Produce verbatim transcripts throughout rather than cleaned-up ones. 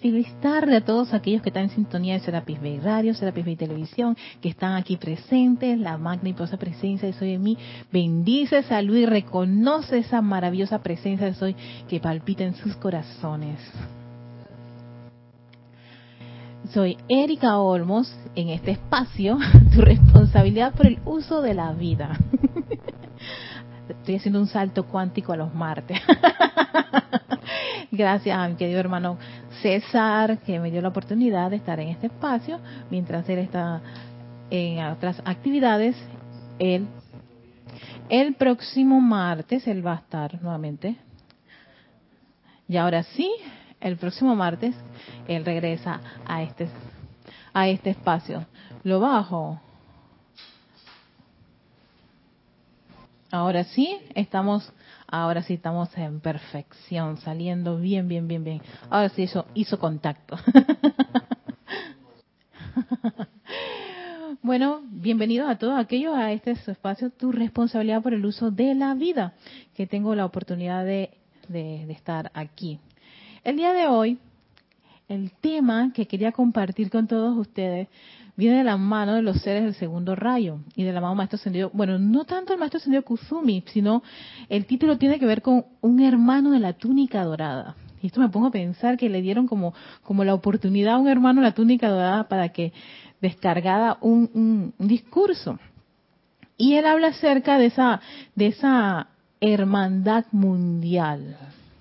Feliz tarde a todos aquellos que están en sintonía de Serapis Bay Radio, Serapis Bay Televisión, que están aquí presentes. La magna y poderosa presencia de Soy en mí bendice, saluda y reconoce esa maravillosa presencia de Soy que palpita en sus corazones. Soy Erika Olmos, en este espacio, tu responsabilidad por el uso de la vida. Estoy haciendo un salto cuántico a los martes. Gracias a mi querido hermano César, que me dio la oportunidad de estar en este espacio, mientras él está en otras actividades. Él, el próximo martes, él va a estar nuevamente. Y ahora sí, el próximo martes, él regresa a este, a este espacio. Lo bajo. Ahora sí, estamos, ahora sí estamos en perfección, saliendo bien, bien, bien, bien. Ahora sí eso hizo contacto. Bueno, bienvenidos a todos aquellos a este su espacio, tu responsabilidad por el uso de la vida, que tengo la oportunidad de, de, de estar aquí. El día de hoy, el tema que quería compartir con todos ustedes viene de la mano de los seres del segundo rayo y de la mano Maestro Ascendido. Bueno, no tanto el Maestro Ascendido Kusumi, sino el título tiene que ver con un hermano de la túnica dorada. Y esto me pongo a pensar que le dieron como, como la oportunidad a un hermano de la túnica dorada para que descargara un, un, un discurso. Y él habla acerca de esa, de esa hermandad mundial,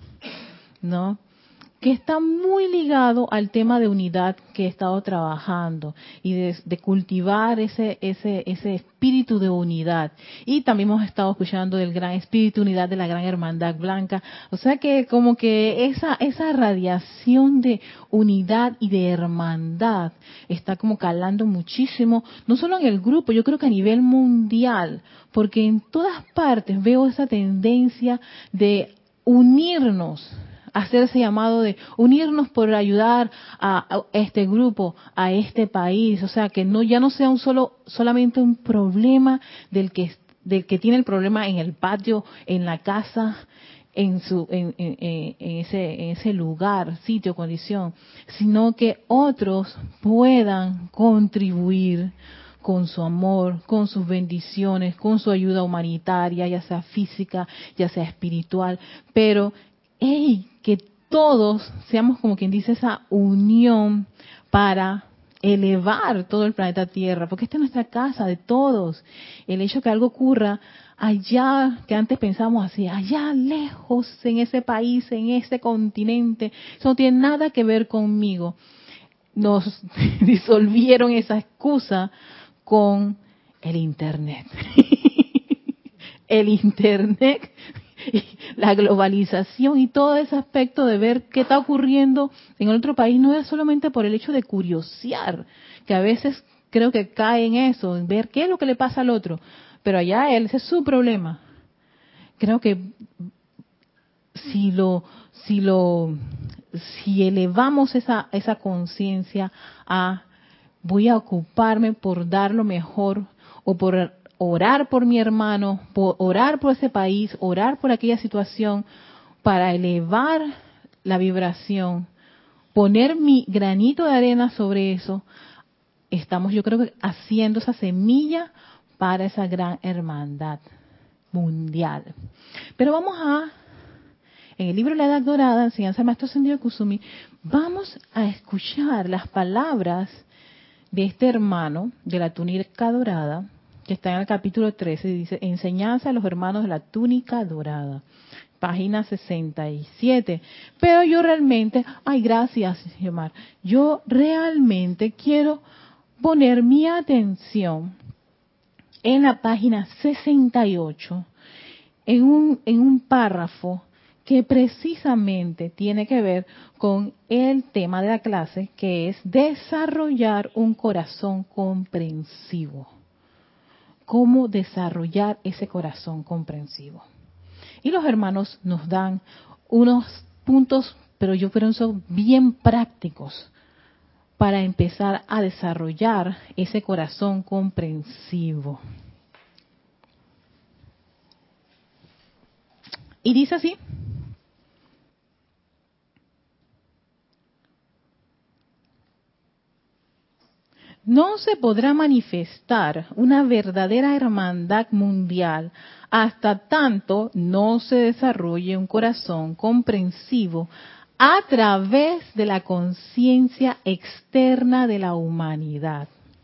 ¿no? Que está muy ligado al tema de unidad que he estado trabajando y de, de cultivar ese ese ese espíritu de unidad. Y también hemos estado escuchando del gran espíritu de unidad de la gran hermandad blanca. O sea que como que esa esa radiación de unidad y de hermandad está como calando muchísimo, no solo en el grupo, yo creo que a nivel mundial, porque en todas partes veo esa tendencia de unirnos, hacer ese llamado de unirnos por ayudar a, a este grupo, a este país, o sea, que no ya no sea un solo solamente un problema del que del que tiene el problema en el patio, en la casa, en su en, en, en ese en ese lugar, sitio, condición, sino que otros puedan contribuir con su amor, con sus bendiciones, con su ayuda humanitaria, ya sea física, ya sea espiritual, pero hey, que todos seamos como quien dice esa unión para elevar todo el planeta Tierra, porque esta es nuestra casa de todos. El hecho que algo ocurra allá, que antes pensábamos así, allá lejos, en ese país, en ese continente, eso no tiene nada que ver conmigo. Nos disolvieron esa excusa con el Internet. El Internet, la globalización y todo ese aspecto de ver qué está ocurriendo en otro país no es solamente por el hecho de curiosear, que a veces creo que cae en eso, en ver qué es lo que le pasa al otro, pero allá él, ese es su problema. Creo que si lo, si lo, si elevamos esa, esa conciencia a voy a ocuparme por dar lo mejor o por orar por mi hermano, por orar por ese país, orar por aquella situación para elevar la vibración, poner mi granito de arena sobre eso, estamos yo creo que haciendo esa semilla para esa gran hermandad mundial. Pero vamos a, en el libro La Edad Dorada, Enseñanza del Maestro Ascendido Kusumi, vamos a escuchar las palabras de este hermano de la túnica dorada, que está en el capítulo trece, dice, enseñanza a los hermanos de la túnica dorada, página sesenta y siete. Pero yo realmente, ay, gracias, Yomar, yo realmente quiero poner mi atención en la página sesenta y ocho, en un, en un párrafo que precisamente tiene que ver con el tema de la clase, que es desarrollar un corazón comprensivo. ¿Cómo desarrollar ese corazón comprensivo? Y los hermanos nos dan unos puntos, pero yo creo que son bien prácticos para empezar a desarrollar ese corazón comprensivo. Y dice así: no se podrá manifestar una verdadera hermandad mundial hasta tanto no se desarrolle un corazón comprensivo a través de la conciencia externa de la humanidad,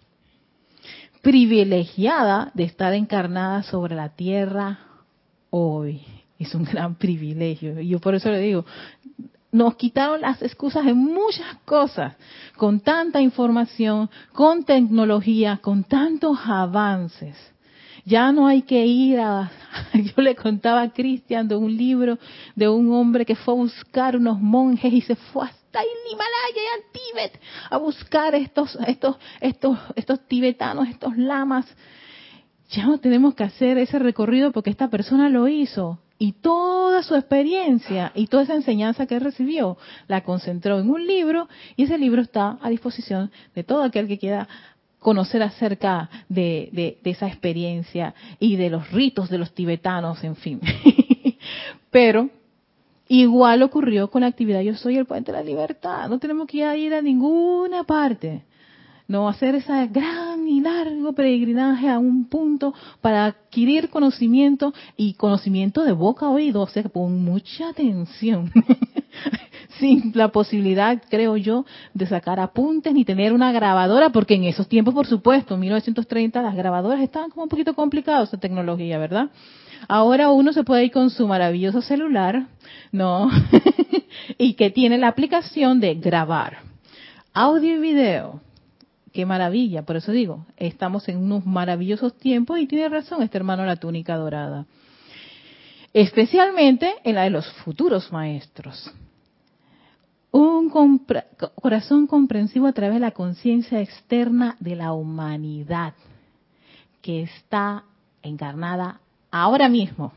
privilegiada de estar encarnada sobre la tierra hoy. Es un gran privilegio. Y yo por eso le digo, nos quitaron las excusas de muchas cosas, con tanta información, con tecnología, con tantos avances. Ya no hay que ir a... Yo le contaba a Cristian de un libro de un hombre que fue a buscar unos monjes y se fue hasta el Himalaya y al Tíbet a buscar estos, estos, estos, estos tibetanos, estos lamas. Ya no tenemos que hacer ese recorrido porque esta persona lo hizo. Y toda su experiencia y toda esa enseñanza que recibió la concentró en un libro, y ese libro está a disposición de todo aquel que quiera conocer acerca de, de, de esa experiencia y de los ritos de los tibetanos, en fin. Pero igual ocurrió con la actividad Yo Soy el Puente de la Libertad. No tenemos que ir a ninguna parte. No hacer ese gran y largo peregrinaje a un punto para adquirir conocimiento, y conocimiento de boca a oído, o sea, con mucha atención, sin la posibilidad, creo yo, de sacar apuntes ni tener una grabadora, porque en esos tiempos, por supuesto, en mil novecientos treinta, las grabadoras estaban como un poquito complicadas, esa tecnología, ¿verdad? Ahora uno se puede ir con su maravilloso celular, ¿no? Y que tiene la aplicación de grabar audio y video. Qué maravilla, por eso digo, estamos en unos maravillosos tiempos, y tiene razón este hermano de la túnica dorada. Especialmente en la de los futuros maestros. Un compra- corazón comprensivo a través de la conciencia externa de la humanidad, que está encarnada ahora mismo.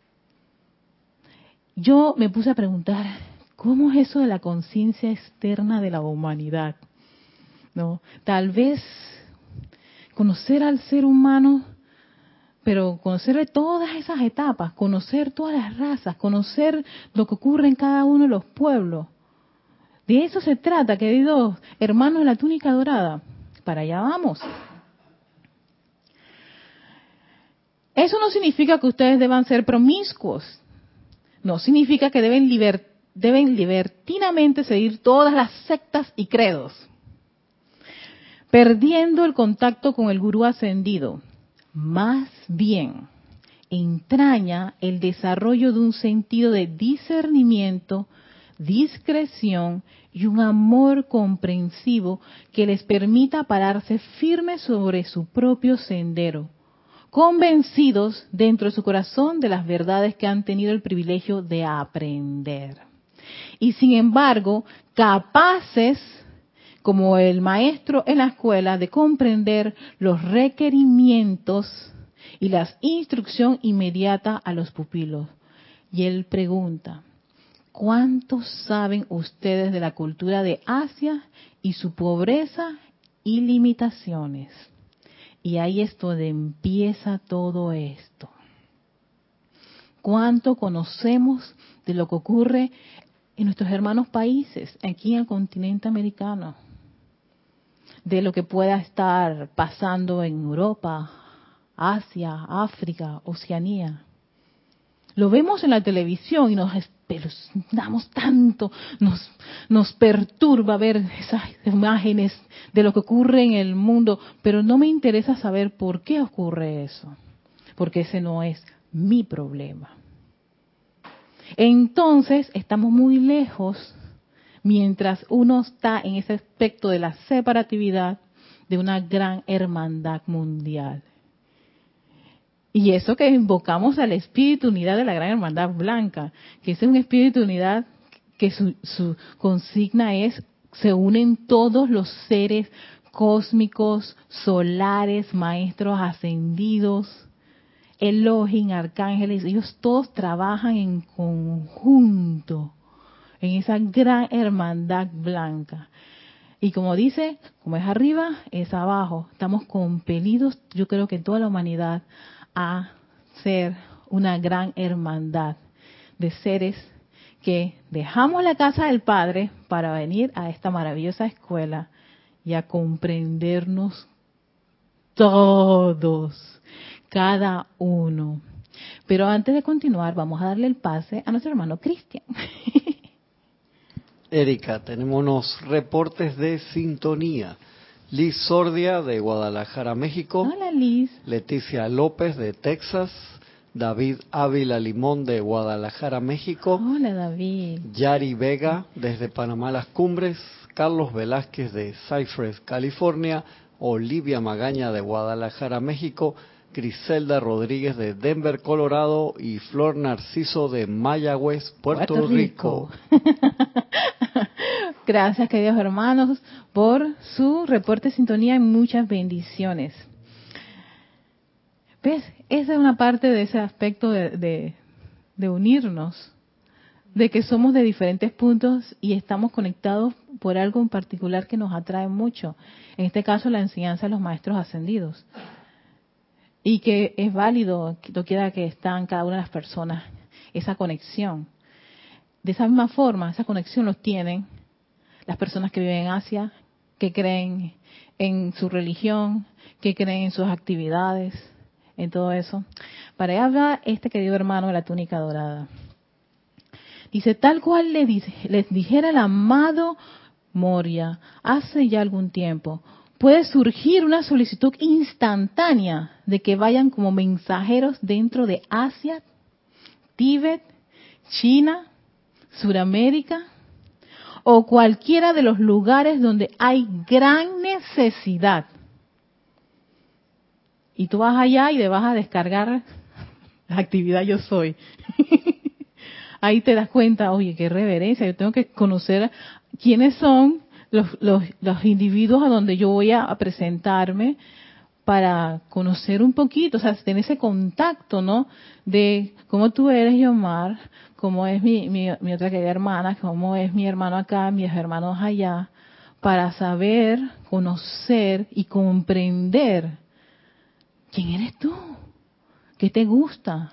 Yo me puse a preguntar, ¿cómo es eso de la conciencia externa de la humanidad? ¿No? Tal vez conocer al ser humano, pero conocer todas esas etapas, conocer todas las razas, conocer lo que ocurre en cada uno de los pueblos. De eso se trata, queridos hermanos de la túnica dorada. Para allá vamos. Eso no significa que ustedes deban ser promiscuos. No significa que deben, liber, deben libertinamente seguir todas las sectas y credos, perdiendo el contacto con el gurú ascendido. Más bien, entraña el desarrollo de un sentido de discernimiento, discreción y un amor comprensivo que les permita pararse firmes sobre su propio sendero, convencidos dentro de su corazón de las verdades que han tenido el privilegio de aprender. Y sin embargo, capaces, como el maestro en la escuela, de comprender los requerimientos y la instrucción inmediata a los pupilos. Y él pregunta, ¿cuántos saben ustedes de la cultura de Asia y su pobreza y limitaciones? Y ahí es donde empieza todo esto. ¿Cuánto conocemos de lo que ocurre en nuestros hermanos países, aquí en el continente americano? De lo que pueda estar pasando en Europa, Asia, África, Oceanía. Lo vemos en la televisión y nos espeluznamos tanto, nos, nos perturba ver esas imágenes de lo que ocurre en el mundo, pero no me interesa saber por qué ocurre eso, porque ese no es mi problema. Entonces, estamos muy lejos, mientras uno está en ese aspecto de la separatividad, de una gran hermandad mundial. Y eso que invocamos al espíritu unidad de la gran hermandad blanca, que es un espíritu unidad que su, su consigna es, se unen todos los seres cósmicos, solares, maestros ascendidos, Elohim, arcángeles, ellos todos trabajan en conjunto, en esa gran hermandad blanca. Y como dice, como es arriba, es abajo. Estamos compelidos, yo creo que toda la humanidad, a ser una gran hermandad de seres que dejamos la casa del Padre para venir a esta maravillosa escuela y a comprendernos todos, cada uno. Pero antes de continuar, vamos a darle el pase a nuestro hermano Cristian. Erika, tenemos unos reportes de sintonía. Liz Sordia de Guadalajara, México. Hola, Liz. Leticia López de Texas. David Ávila Limón de Guadalajara, México. Hola, David. Yari Vega desde Panamá Las Cumbres. Carlos Velázquez de Cypress, California. Olivia Magaña de Guadalajara, México. Griselda Rodríguez de Denver, Colorado. Y Flor Narciso de Mayagüez, Puerto, Puerto Rico. Rico. Gracias, queridos hermanos, por su reporte de sintonía y muchas bendiciones. ¿Ves? Esa es una parte de ese aspecto de, de, de unirnos, de que somos de diferentes puntos y estamos conectados por algo en particular que nos atrae mucho. En este caso, la enseñanza de los maestros ascendidos. Y que es válido, doquiera que están cada una de las personas, esa conexión. De esa misma forma, esa conexión los tienen las personas que viven en Asia, que creen en su religión, que creen en sus actividades, en todo eso. Para allá habla este querido hermano de la túnica dorada. Dice, tal cual le dice, les dijera el amado Moria hace ya algún tiempo, puede surgir una solicitud instantánea de que vayan como mensajeros dentro de Asia, Tíbet, China, Suramérica, o cualquiera de los lugares donde hay gran necesidad. Y tú vas allá y le vas a descargar la actividad Yo Soy. Ahí te das cuenta, oye, qué reverencia, yo tengo que conocer quiénes son los, los, los individuos a donde yo voy a, a presentarme para conocer un poquito, o sea, tener ese contacto, ¿no? De cómo tú eres, Yomar, cómo es mi, mi, mi otra querida hermana, cómo es mi hermano acá, mis hermanos allá, para saber, conocer y comprender quién eres tú, qué te gusta.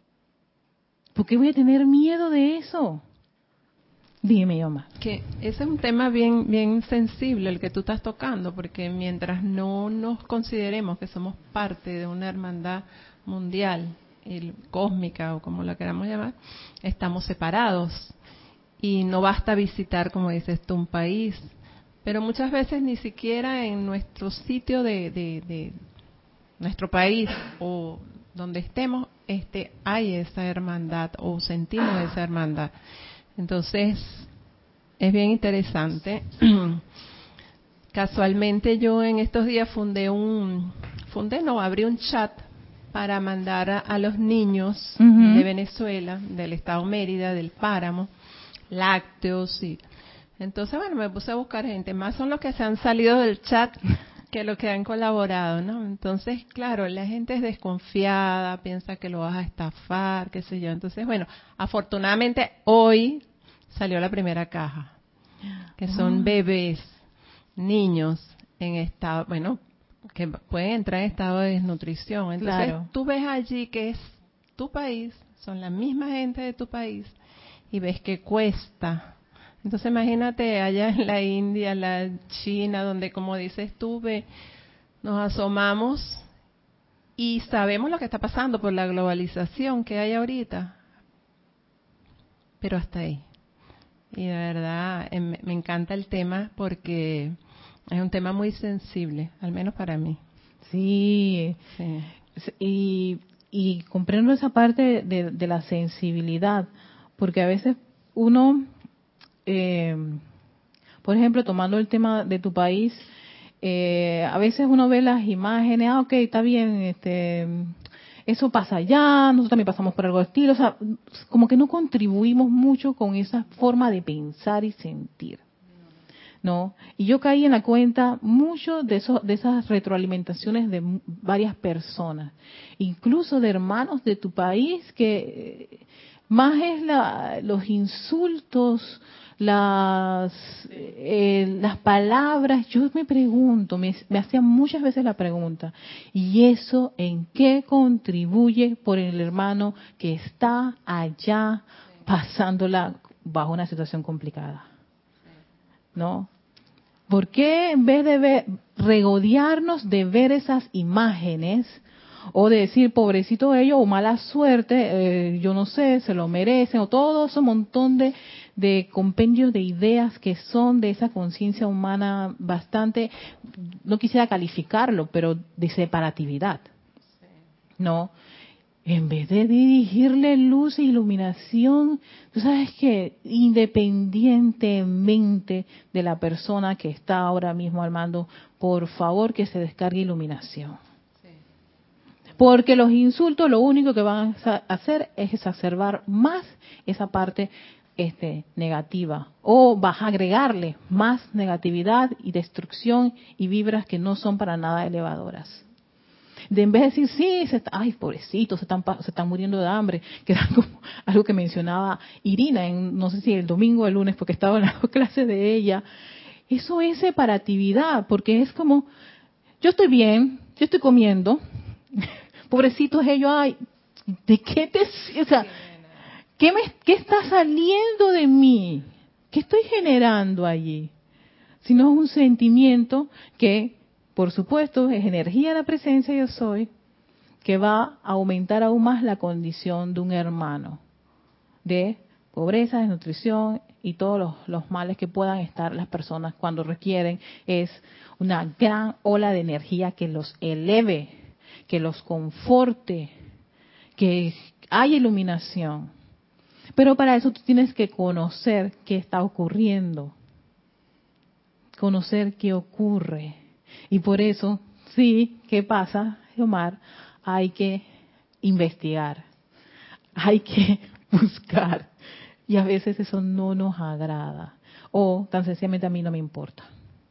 ¿Por qué voy a tener miedo de eso? Dime, Yomar. Que ese es un tema bien bien sensible el que tú estás tocando, porque mientras no nos consideremos que somos parte de una hermandad mundial, el, cósmica o como la queramos llamar, estamos separados y no basta visitar, como dices tú, un país, pero muchas veces ni siquiera en nuestro sitio de, de, de nuestro país o donde estemos, este hay esa hermandad o sentimos esa hermandad. Entonces, es bien interesante. Casualmente yo en estos días fundé un, fundé no, abrí un chat para mandar a, a los niños uh-huh. de Venezuela, del estado Mérida, del Páramo, lácteos y... Entonces, bueno, me puse a buscar gente. Más son los que se han salido del chat que los que han colaborado, ¿no? Entonces, claro, la gente es desconfiada, piensa que lo vas a estafar, qué sé yo. Entonces, bueno, afortunadamente hoy salió la primera caja, que son bebés, niños en estado, bueno, que pueden entrar en estado de desnutrición. Entonces, claro, tú ves allí que es tu país, son la misma gente de tu país, y ves que cuesta. Entonces imagínate allá en la India, la China, donde como dices tú, ve, nos asomamos y sabemos lo que está pasando por la globalización que hay ahorita, pero hasta ahí. Y de verdad eh, me encanta el tema porque es un tema muy sensible, al menos para mí. Sí, sí. Y, y comprendo esa parte de, de la sensibilidad, porque a veces uno... Eh, por ejemplo, tomando el tema de tu país, eh, a veces uno ve las imágenes, ah, ok, está bien, este, eso pasa allá, nosotros también pasamos por algo de estilo, o sea, como que no contribuimos mucho con esa forma de pensar y sentir, ¿no? Y yo caí en la cuenta mucho de, eso, de esas retroalimentaciones de varias personas, incluso de hermanos de tu país, que más es la, los insultos, las eh, las palabras. Yo me pregunto, me, me hacía muchas veces la pregunta, ¿y eso en qué contribuye por el hermano que está allá pasándola bajo una situación complicada? ¿No? ¿Por qué en vez de ver, regodearnos de ver esas imágenes o de decir pobrecito ellos o mala suerte, eh, yo no sé, se lo merecen, o todo ese montón de, de compendios de ideas que son de esa conciencia humana bastante, no quisiera calificarlo, pero de separatividad, ¿no? En vez de dirigirle luz e iluminación, tú sabes que independientemente de la persona que está ahora mismo al mando, por favor que se descargue iluminación. Porque los insultos lo único que van a hacer es exacerbar más esa parte este, negativa. O vas a agregarle más negatividad y destrucción y vibras que no son para nada elevadoras. De en vez de decir, sí, se está, ay, pobrecitos, se están, se están muriendo de hambre, que era como algo que mencionaba Irina, en, no sé si el domingo o el lunes, porque estaba en la clase de ella. Eso es separatividad, porque es como, yo estoy bien, yo estoy comiendo, pobrecitos ellos, ay, ¿de qué te, o sea, qué me, qué está saliendo de mí? ¿Qué estoy generando allí? Si no es un sentimiento que, por supuesto, es energía de la presencia yo soy, que va a aumentar aún más la condición de un hermano, de pobreza, desnutrición y todos los, los males que puedan estar las personas cuando requieren, es una gran ola de energía que los eleve, que los conforte, que haya iluminación. Pero para eso tú tienes que conocer qué está ocurriendo, conocer qué ocurre. Y por eso, sí, ¿qué pasa, Omar? Hay que investigar, hay que buscar. Y a veces eso no nos agrada. O tan sencillamente a mí no me importa.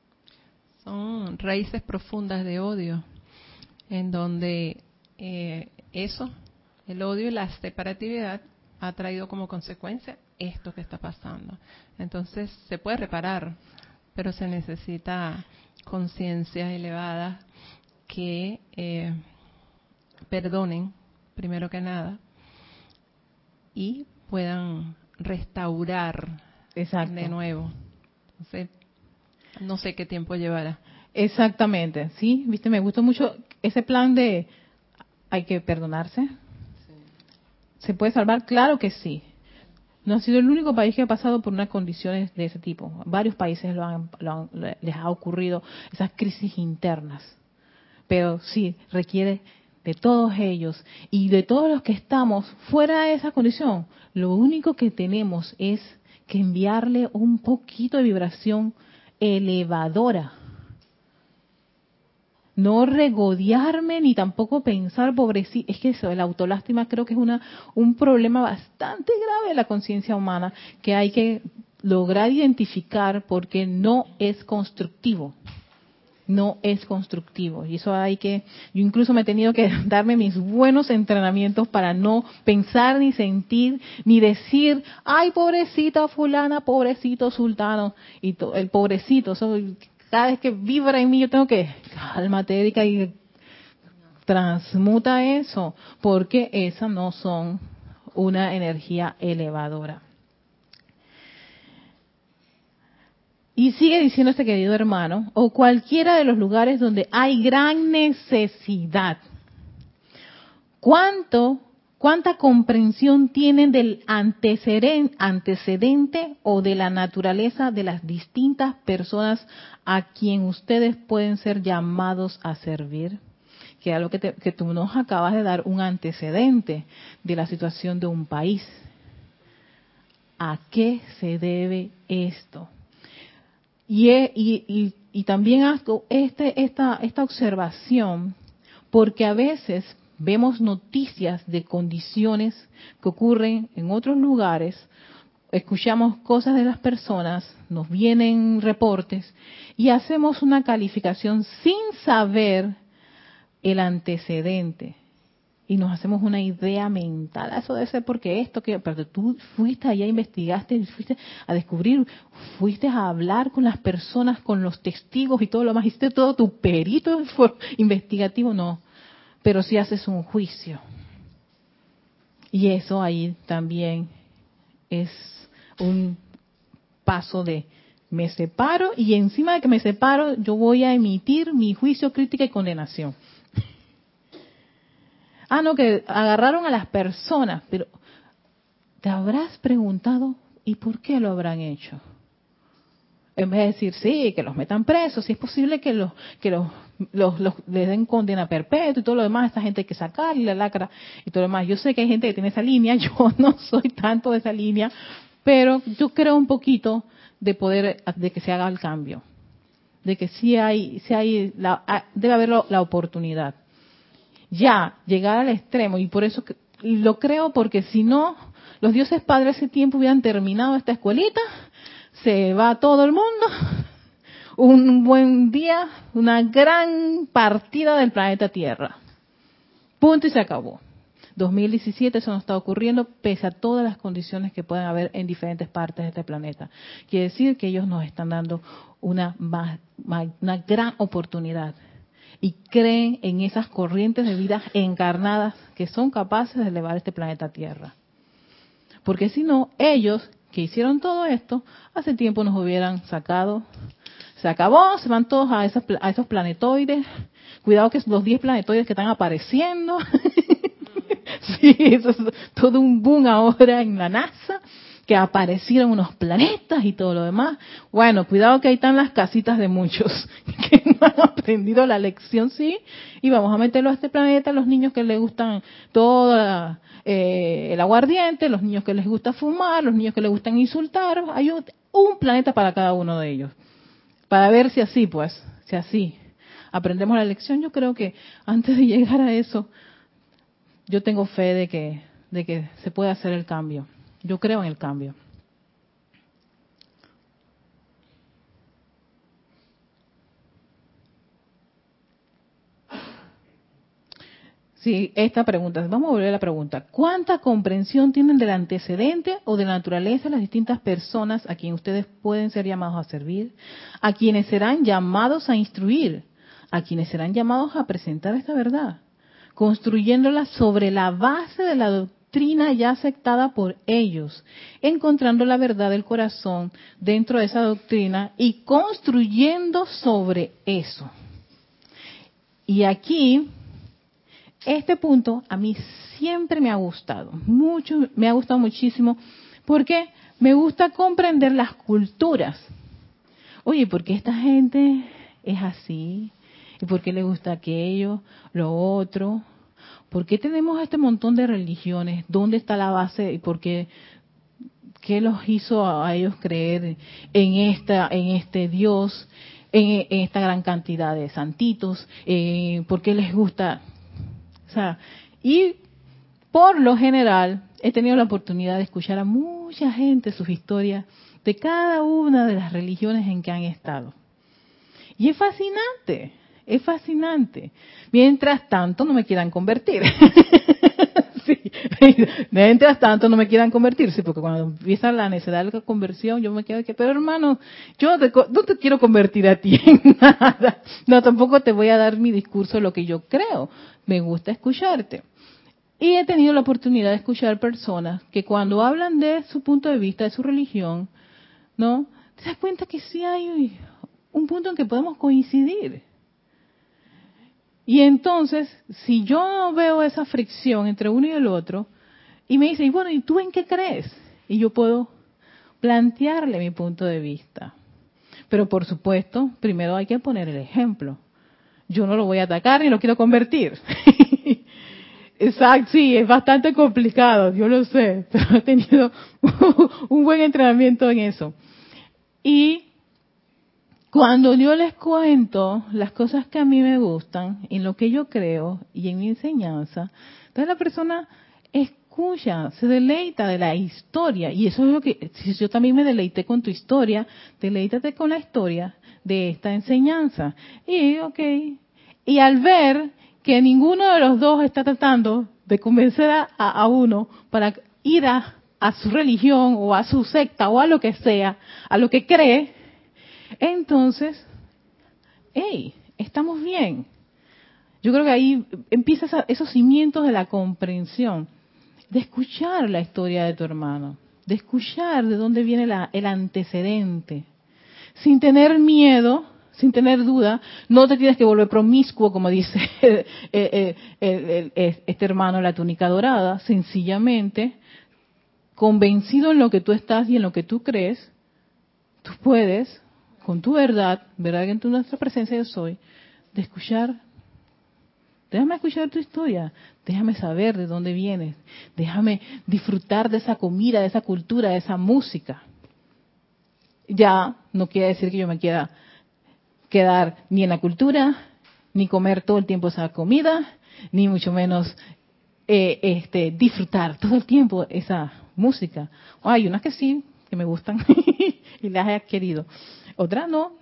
Son raíces profundas de odio, en donde eh, eso, el odio y la separatividad, ha traído como consecuencia esto que está pasando. Entonces se puede reparar, pero se necesita conciencias elevadas que eh, perdonen, primero que nada, y puedan restaurar Exacto. de nuevo. Entonces, no sé qué tiempo llevará. Exactamente, sí, viste, me gustó mucho ese plan de hay que perdonarse. Sí. ¿Se puede salvar? Claro que sí. No ha sido el único país que ha pasado por unas condiciones de ese tipo. Varios países lo han, lo han, les ha ocurrido esas crisis internas. Pero sí, requiere de todos ellos y de todos los que estamos fuera de esa condición. Lo único que tenemos es que enviarle un poquito de vibración elevadora. No regodearme ni tampoco pensar pobrecito. Es que eso, la autolástima creo que es una un problema bastante grave de la conciencia humana que hay que lograr identificar porque no es constructivo. No es constructivo. Y eso hay que, yo incluso me he tenido que darme mis buenos entrenamientos para no pensar ni sentir ni decir, ay, pobrecita fulana, pobrecito sultano, y to, el pobrecito, eso, cada vez que vibra en mí yo tengo que, cálmate, Erika, y transmuta eso, porque esas no son una energía elevadora. Y sigue diciendo este querido hermano, o cualquiera de los lugares donde hay gran necesidad. ¿Cuánto, cuánta comprensión tienen del antecedente o de la naturaleza de las distintas personas a quien ustedes pueden ser llamados a servir? Que es algo que, te, que tú nos acabas de dar un antecedente de la situación de un país. ¿A qué se debe esto? Y, y, y, y también hago este, esta, esta observación porque a veces vemos noticias de condiciones que ocurren en otros lugares, escuchamos cosas de las personas, nos vienen reportes y hacemos una calificación sin saber el antecedente. Y nos hacemos una idea mental, eso debe ser porque esto, que, pero tú fuiste allá, investigaste, fuiste a descubrir, fuiste a hablar con las personas, con los testigos y todo lo más, hiciste todo tu perito investigativo, no, pero sí haces un juicio. Y eso ahí también es un paso de Me separo y encima de que me separo yo voy a emitir mi juicio, crítica y condenación. Ah, no, que agarraron a las personas, pero ¿te habrás preguntado y por qué lo habrán hecho? En vez de decir, sí, que los metan presos, si es posible que los que los, los, los les den condena perpetua y todo lo demás, a esta gente hay que sacarle la lacra y todo lo demás. Yo sé que hay gente que tiene esa línea, yo no soy tanto de esa línea, pero yo creo un poquito de poder, de que se haga el cambio, de que sí hay, sí hay, la, debe haber la oportunidad. Ya, llegar al extremo, y por eso lo creo, porque si no, los dioses padres ese tiempo hubieran terminado esta escuelita, se va todo el mundo, un buen día, una gran partida del planeta Tierra. Punto y se acabó. dos mil diecisiete eso no está ocurriendo pese a todas las condiciones que pueden haber en diferentes partes de este planeta. Quiere decir que ellos nos están dando una, una gran oportunidad y creen en esas corrientes de vida encarnadas que son capaces de elevar este planeta Tierra. Porque si no, ellos que hicieron todo esto, hace tiempo nos hubieran sacado. Se acabó, se van todos a, esas, a esos planetoides. Cuidado que los diez planetoides que están apareciendo. Sí, eso es todo un boom ahora en la NASA, que aparecieron unos planetas y todo lo demás. Bueno, cuidado que ahí están las casitas de muchos que no han aprendido la lección, sí, y vamos a meterlo a este planeta, los niños que les gustan todo eh, el aguardiente, los niños que les gusta fumar, los niños que les gustan insultar, hay un, un planeta para cada uno de ellos, para ver si así, pues, si así aprendemos la lección. Yo creo que antes de llegar a eso, yo tengo fe de que, de que se puede hacer el cambio. Yo creo en el cambio. Sí, esta pregunta, vamos a volver a la pregunta. ¿Cuánta comprensión tienen del antecedente o de la naturaleza las distintas personas a quienes ustedes pueden ser llamados a servir? ¿A quienes serán llamados a instruir? ¿A quienes serán llamados a presentar esta verdad? Construyéndola sobre la base de la doctrina ya aceptada por ellos, encontrando la verdad del corazón dentro de esa doctrina y construyendo sobre eso. Y aquí, este punto a mí siempre me ha gustado, mucho, me ha gustado muchísimo, porque me gusta comprender las culturas. Oye, ¿por qué esta gente es así? ¿Y por qué le gusta aquello, lo otro? ¿Por qué tenemos este montón de religiones? ¿Dónde está la base? ¿Y por qué, qué los hizo a ellos creer en esta, en este Dios, en, en esta gran cantidad de santitos? Eh, ¿Por qué les gusta? O sea, y por lo general he tenido la oportunidad de escuchar a mucha gente sus historias de cada una de las religiones en que han estado. Y es fascinante. Es fascinante. Mientras tanto no me quieran convertir. Sí. Mientras tanto no me quieran convertir. Sí, porque cuando empieza la necesidad de la conversión, yo me quedo que, pero hermano, yo te, no te quiero convertir a ti en nada. No, tampoco te voy a dar mi discurso de lo que yo creo. Me gusta escucharte. Y he tenido la oportunidad de escuchar personas que cuando hablan de su punto de vista, de su religión, ¿no? Te das cuenta que sí hay un punto en que podemos coincidir. Y entonces, si yo veo esa fricción entre uno y el otro, y me dice, y bueno, ¿y tú en qué crees? Y yo puedo plantearle mi punto de vista. Pero por supuesto, primero hay que poner el ejemplo. Yo no lo voy a atacar ni lo quiero convertir. Exacto, sí, es bastante complicado, yo lo sé, pero he tenido un buen entrenamiento en eso. Y cuando yo les cuento las cosas que a mí me gustan, en lo que yo creo y en mi enseñanza, entonces la persona escucha, se deleita de la historia. Y eso es lo que, si yo también me deleité con tu historia, deleítate con la historia de esta enseñanza. Y, ok, y al ver que ninguno de los dos está tratando de convencer a, a uno para ir a, a su religión o a su secta o a lo que sea, a lo que cree, entonces, hey, estamos bien. Yo creo que ahí empiezan esos cimientos de la comprensión, de escuchar la historia de tu hermano, de escuchar de dónde viene la, el antecedente, sin tener miedo, sin tener duda. No te tienes que volver promiscuo, como dice el, el, el, el, este hermano de la túnica dorada. Sencillamente, convencido en lo que tú estás y en lo que tú crees, tú puedes, con tu verdad, verdad que en tu nuestra presencia yo soy, de escuchar. Déjame escuchar tu historia, déjame saber de dónde vienes, déjame disfrutar de esa comida, de esa cultura, de esa música. Ya no quiere decir que yo me quiera quedar ni en la cultura, ni comer todo el tiempo esa comida, ni mucho menos eh, este disfrutar todo el tiempo esa música. Oh, hay unas que sí, que me gustan y las he adquirido, otras no.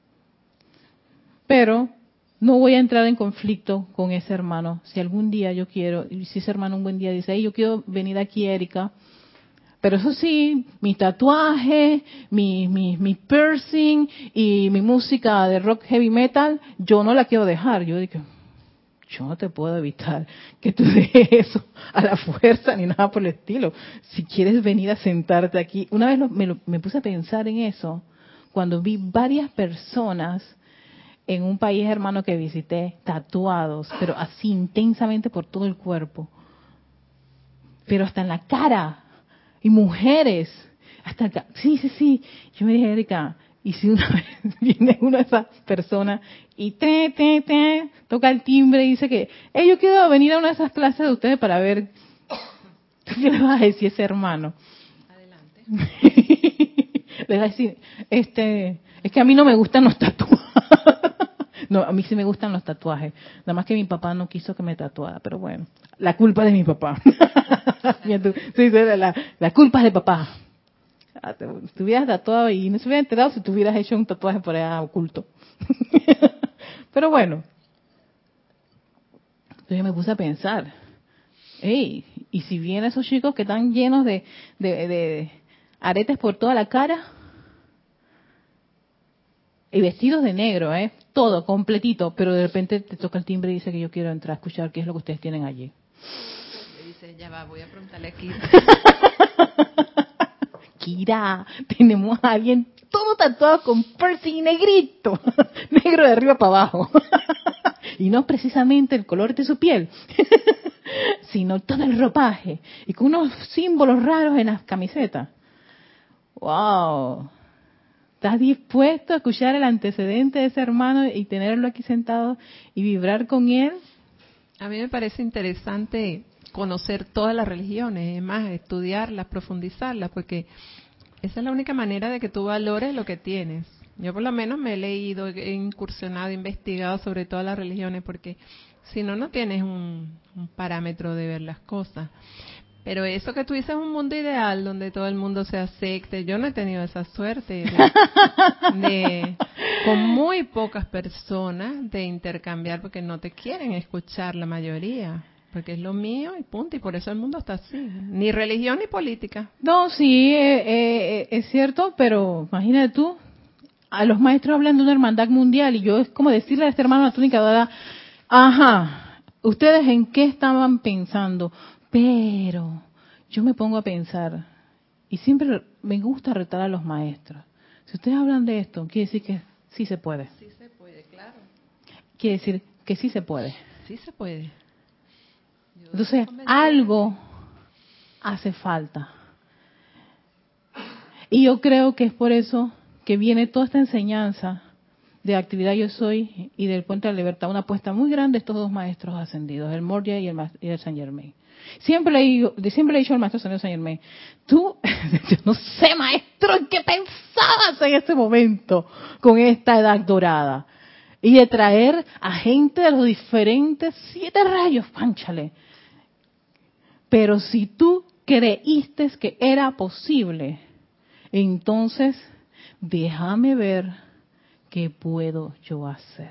Pero no voy a entrar en conflicto con ese hermano. Si algún día yo quiero, y si ese hermano un buen día dice, hey, yo quiero venir aquí, Erika, pero eso sí, mi tatuaje, mi, mi, mi piercing y mi música de rock heavy metal, yo no la quiero dejar. Yo digo, yo no te puedo evitar que tú dejes eso a la fuerza ni nada por el estilo. Si quieres venir a sentarte aquí. Una vez lo, me, lo, me puse a pensar en eso cuando vi varias personas en un país hermano que visité, tatuados, pero así intensamente por todo el cuerpo, pero hasta en la cara, y mujeres, hasta acá. Sí, sí, sí. Yo me dije, Erika, y si una vez viene una de esas personas y te, te, te, toca el timbre y dice que, hey, yo quiero venir a una de esas clases de ustedes para ver, ¿qué le vas a decir a ese hermano? Adelante. Le vas a decir, este, es que a mí no me gustan los tatuajes. No, a mí sí me gustan los tatuajes. Nada más que mi papá no quiso que me tatuara, pero bueno, la culpa es de mi papá. Sí, la, la culpa es de papá. Te hubieras tatuado y no se hubiera enterado si te hubieras hecho un tatuaje por allá oculto. Pero bueno, entonces yo me puse a pensar, hey, y si vienen esos chicos que están llenos de, de, de aretes por toda la cara y vestidos de negro, ¿eh? Todo, completito, pero de repente te toca el timbre y dice que yo quiero entrar a escuchar qué es lo que ustedes tienen allí. Le dice, ya va, voy a preguntarle aquí. Kira, tenemos a alguien todo tatuado con piercing negrito, negro de arriba para abajo. Y no precisamente el color de su piel, sino todo el ropaje y con unos símbolos raros en las camisetas. ¡Wow! ¿Estás dispuesto a escuchar el antecedente de ese hermano y tenerlo aquí sentado y vibrar con él? A mí me parece interesante conocer todas las religiones, es más, estudiarlas, profundizarlas, porque esa es la única manera de que tú valores lo que tienes. Yo por lo menos me he leído, he incursionado, he investigado sobre todas las religiones, porque si no, no tienes un, un parámetro de ver las cosas. Pero eso que tú dices es un mundo ideal donde todo el mundo se acepte. Yo no he tenido esa suerte de, de con muy pocas personas de intercambiar porque no te quieren escuchar la mayoría. Porque es lo mío y punto. Y por eso el mundo está así. Ni religión ni política. No, sí, eh, eh, es cierto, pero imagínate tú, a los maestros hablan de una hermandad mundial y yo es como decirle a este hermano la túnica dorada, ajá, ¿ustedes en qué estaban pensando? Pero yo me pongo a pensar, y siempre me gusta retar a los maestros. Si ustedes hablan de esto, quiere decir que sí se puede. Sí se puede, claro. Quiere decir que sí se puede. Sí se puede. Yo Entonces, algo hace falta. Y yo creo que es por eso que viene toda esta enseñanza de Actividad Yo Soy y del Puente de la Libertad, una apuesta muy grande de estos dos maestros ascendidos, el Moria y el, y el Saint Germain. Siempre le, digo, siempre le he dicho al maestro Saint Germain, tú, yo no sé, maestro, ¿en qué pensabas en este momento con esta edad dorada? Y de traer a gente de los diferentes siete rayos, pánchale. Pero si tú creíste que era posible, entonces déjame ver qué puedo yo hacer.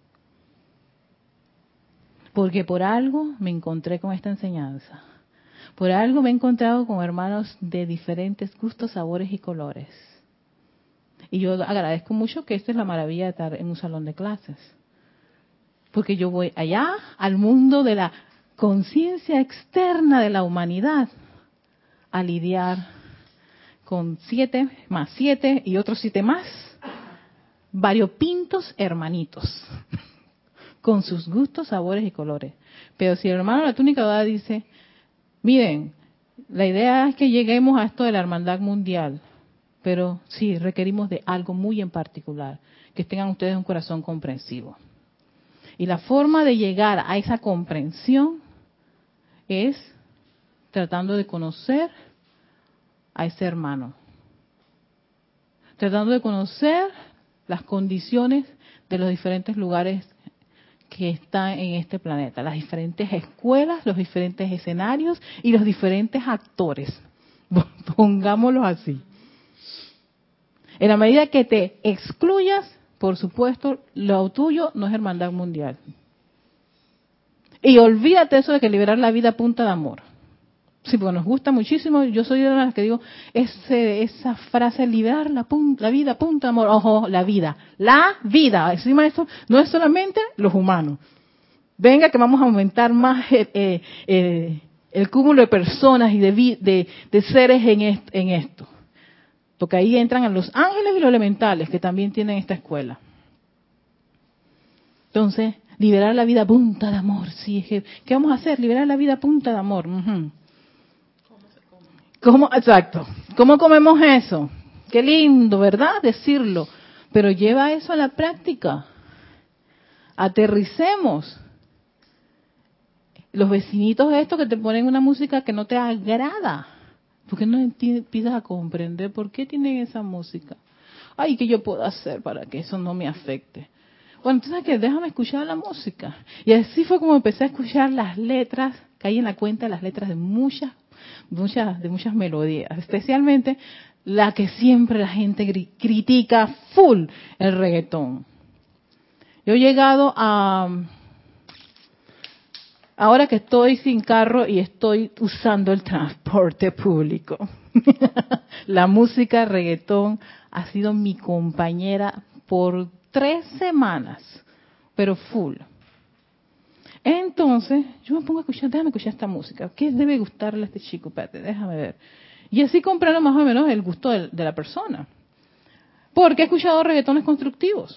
Porque por algo me encontré con esta enseñanza. Por algo me he encontrado con hermanos de diferentes gustos, sabores y colores. Y yo agradezco mucho que esta es la maravilla de estar en un salón de clases. Porque yo voy allá al mundo de la conciencia externa de la humanidad a lidiar con siete más siete y otros siete más variopintos hermanitos, con sus gustos, sabores y colores. Pero si el hermano de la túnica dorada dice, miren, la idea es que lleguemos a esto de la hermandad mundial, pero sí, requerimos de algo muy en particular, que tengan ustedes un corazón comprensivo. Y la forma de llegar a esa comprensión es tratando de conocer a ese hermano, tratando de conocer las condiciones de los diferentes lugares que están en este planeta, las diferentes escuelas, los diferentes escenarios y los diferentes actores, pongámoslo así. En la medida que te excluyas, por supuesto, lo tuyo no es hermandad mundial. Y olvídate eso de que liberar la vida a punta de amor. Sí, porque nos gusta muchísimo. Yo soy de las que digo ese, esa frase, liberar la, punta, la vida a punta de amor. Ojo, la vida. La vida. Encima de eso, no es solamente los humanos. Venga que vamos a aumentar más eh, eh, eh, el cúmulo de personas y de, de, de seres en, est, en esto. Porque ahí entran los ángeles y los elementales que también tienen esta escuela. Entonces, liberar la vida a punta de amor. Sí, ¿qué vamos a hacer? Liberar la vida a punta de amor. Uh-huh. ¿Cómo se come? ¿Cómo? Exacto. ¿Cómo comemos eso? Qué lindo, ¿verdad? Decirlo. Pero lleva eso a la práctica. Aterricemos. Los vecinitos estos que te ponen una música que no te agrada. ¿Por qué no empiezas a comprender por qué tienen esa música? Ay, ¿qué yo puedo hacer para que eso no me afecte? Bueno, entonces que déjame escuchar la música. Y así fue como empecé a escuchar las letras, caí en la cuenta de las letras de muchas, muchas, de muchas melodías, especialmente la que siempre la gente critica full, el reggaetón. Yo he llegado a, ahora que estoy sin carro y estoy usando el transporte público, la música reggaetón ha sido mi compañera por tres semanas, pero full. Entonces, yo me pongo a escuchar, déjame escuchar esta música. ¿Qué debe gustarle a este chico? Espérate, déjame ver. Y así comprendo más o menos el gusto de, de la persona. Porque he escuchado reggaetones constructivos.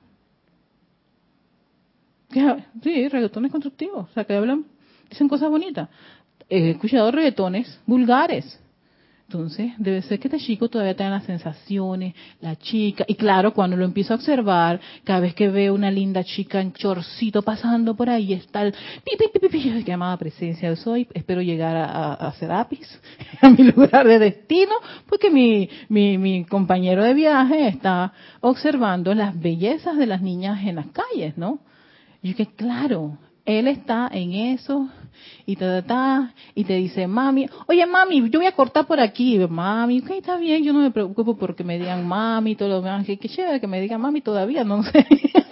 Sí, reggaetones constructivos. O sea, que hablan, dicen cosas bonitas. He escuchado reggaetones vulgares. Entonces, debe ser que este chico todavía tenga las sensaciones, la chica. Y claro, cuando lo empiezo a observar, cada vez que veo una linda chica en chorcito pasando por ahí, está el pi, pi, pi, pi, pi, que llamada presencia de soy. Espero llegar a, a Serapis, a mi lugar de destino, porque mi, mi, mi compañero de viaje está observando las bellezas de las niñas en las calles, ¿no? Y yo que claro, él está en eso y ta, ta, ta, y te dice, mami, oye mami, yo voy a cortar por aquí. Mami, ok, está bien, yo no me preocupo porque me digan mami, todo lo demás. Qué chévere que me digan mami todavía, no sé.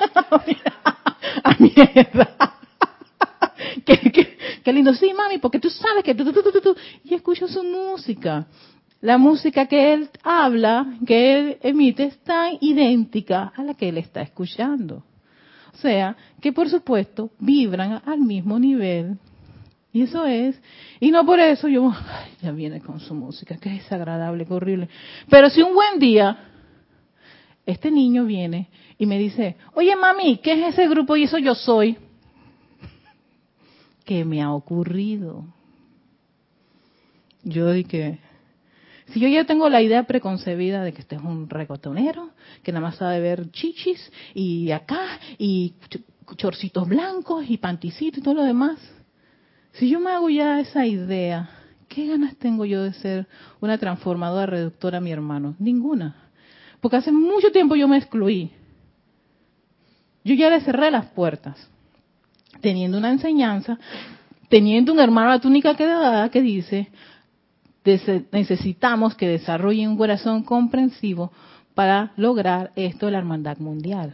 A mi edad. qué, qué, qué lindo, sí mami, porque tú sabes que tú, tú, tú, tú, tú. Y escucho su música. La música que él habla, que él emite, es tan idéntica a la que él está escuchando. O sea, que por supuesto vibran al mismo nivel. Y eso es. Y no por eso yo, ay, ya viene con su música, que desagradable, que horrible. Pero si un buen día este niño viene y me dice, oye mami, ¿qué es ese grupo? Y eso yo soy. ¿Qué me ha ocurrido? Yo dije, si yo ya tengo la idea preconcebida de que este es un reggaetonero, que nada más sabe ver chichis y acá, y chorcitos blancos y panticitos y todo lo demás. Si yo me hago ya esa idea, ¿qué ganas tengo yo de ser una transformadora reductora a mi hermano? Ninguna. Porque hace mucho tiempo yo me excluí. Yo ya le cerré las puertas. Teniendo una enseñanza, teniendo un hermano de la túnica quedada que dice, necesitamos que desarrollen un corazón comprensivo para lograr esto de la hermandad mundial.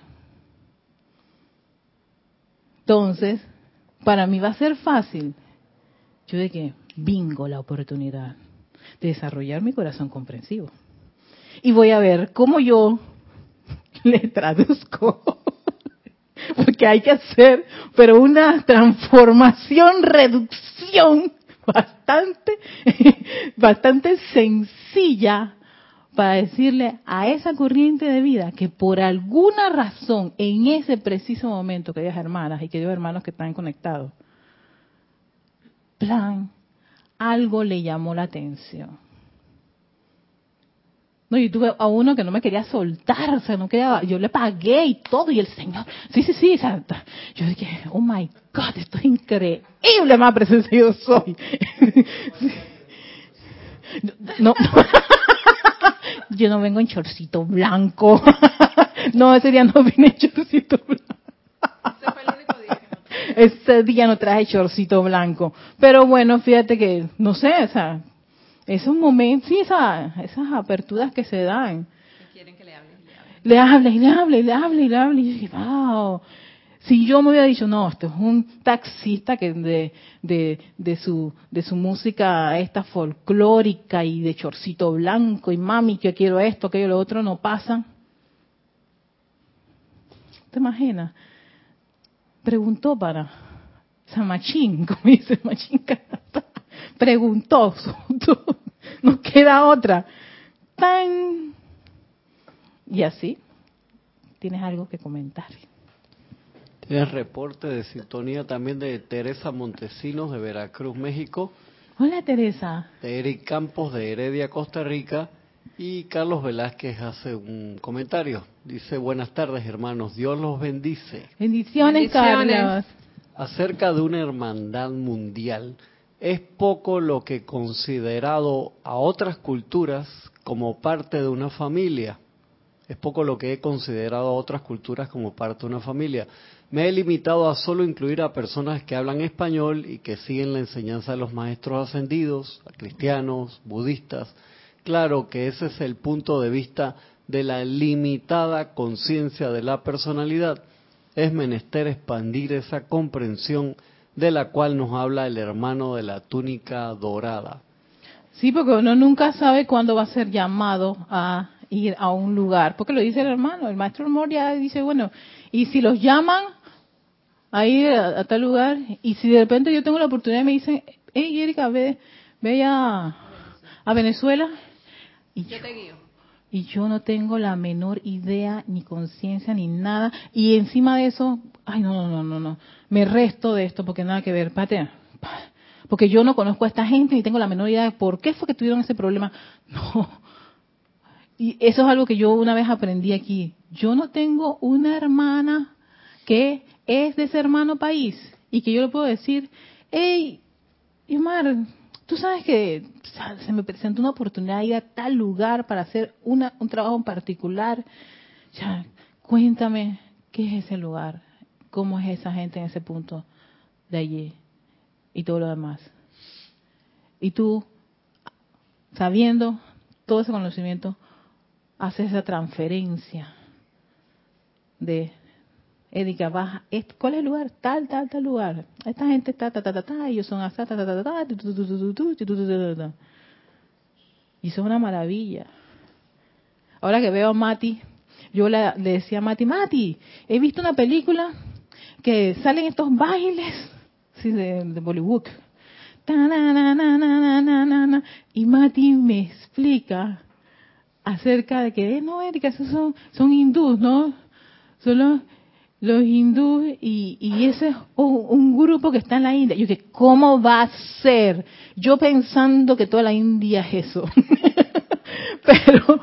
Entonces, para mí va a ser fácil. Yo de que bingo la oportunidad de desarrollar mi corazón comprensivo. Y voy a ver cómo yo le traduzco. Porque hay que hacer, pero una transformación, reducción bastante, bastante sencilla para decirle a esa corriente de vida que por alguna razón, en ese preciso momento, queridas hermanas y queridos hermanos que están conectados, plan, algo le llamó la atención. No, yo tuve a uno que no me quería soltar, o sea, no quería, yo le pagué y todo, y el Señor, sí, sí, sí, o sea, yo dije, oh my God, esto es increíble, más presencia yo soy. No, no. Yo no vengo en chorcito blanco. No, ese día no vine en chorcito blanco. Ese fue el único día que no traje. Ese día no traje chorcito blanco. Pero bueno, fíjate que, no sé, o sea, esos momentos, sí, esa, esas aperturas que se dan. Que quieren que le hables y le hables. Le habla y le habla y le habla y le habla. Y yo dije, wow. Si yo me hubiera dicho, no, esto es un taxista que de, de, de su de su música esta folclórica y de chorcito blanco y mami, que quiero esto, aquello, lo otro, no pasa. ¿Te imaginas? Preguntó para San Machín, como dice Machín, preguntó, no queda otra. Tan. Y así, ¿tienes algo que comentar? Tienes reporte de sintonía también de Teresa Montesinos de Veracruz, México. Hola, Teresa. De Eric Campos de Heredia, Costa Rica. Y Carlos Velázquez hace un comentario. Dice, buenas tardes hermanos, Dios los bendice. Bendiciones, Bendiciones. Carlos. Acerca de una hermandad mundial, es poco lo que considerado a otras culturas como parte de una familia. Es poco lo que he considerado a otras culturas como parte de una familia. Me he limitado a solo incluir a personas que hablan español y que siguen la enseñanza de los maestros ascendidos, a cristianos, budistas. Claro que ese es el punto de vista de la limitada conciencia de la personalidad. Es menester expandir esa comprensión de la cual nos habla el hermano de la túnica dorada. Sí, porque uno nunca sabe cuándo va a ser llamado a ir a un lugar, porque lo dice el hermano, el maestro Moria dice, bueno, y si los llaman a ir a, a tal lugar, y si de repente yo tengo la oportunidad y me dicen, hey Erika, ve, ve a, a Venezuela, y yo, Yo te guío. y yo no tengo la menor idea, ni conciencia, ni nada, y encima de eso, ay no, no, no, no, no, me resto de esto, porque nada que ver, pate, porque yo no conozco a esta gente, ni tengo la menor idea de por qué fue que tuvieron ese problema, no. Y eso es algo que yo una vez aprendí aquí. Yo no tengo una hermana que es de ese hermano país y que yo le puedo decir, hey, Yomar, tú sabes que se me presentó una oportunidad de ir a tal lugar para hacer una, un trabajo en particular. Ya, cuéntame qué es ese lugar, cómo es esa gente en ese punto de allí y todo lo demás. Y tú, sabiendo todo ese conocimiento, haces esa transferencia de Erika, vas, ¿cuál es el lugar? Tal, tal, tal lugar. Esta gente está, ta, ta, ta, ta, ellos son así, ta, ta, ta, ta, tu, tu, tu, tu, tu, tu, tu, tu, tu. Y eso es una maravilla. Ahora que veo a Mati, yo le, le decía a Mati, Mati, he visto una película que salen estos bailes, sí, de, de Bollywood. Ta, na, na, na, na, na, na, na. Y Mati me explica acerca de que, eh, no, Erika, esos son, son hindús, ¿no? Son los, los hindús y, y ese es un, un grupo que está en la India. Yo dije, ¿cómo va a ser? Yo pensando que toda la India es eso. Pero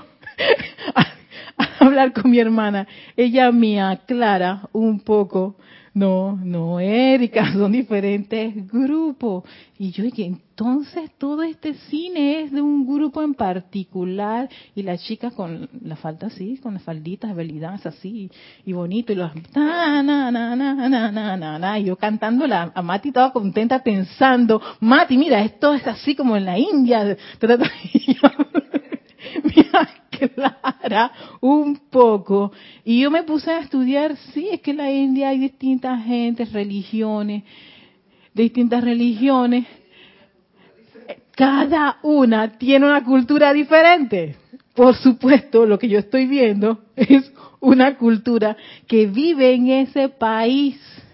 al hablar con mi hermana, ella me aclara un poco. No, no, Erika, son diferentes grupos. Y yo dije, entonces todo este cine es de un grupo en particular y las chicas con la falda así, con las falditas, habilidades así y bonito y los na, na, na, na, na, na, na, na, y yo cantando la, a Mati estaba contenta pensando, Mati, mira, esto es así como en la India. Mira, clara un poco. Y yo me puse a estudiar, sí, es que en la India hay distintas gentes, religiones, distintas religiones. Cada una tiene una cultura diferente. Por supuesto, lo que yo estoy viendo es una cultura que vive en ese país.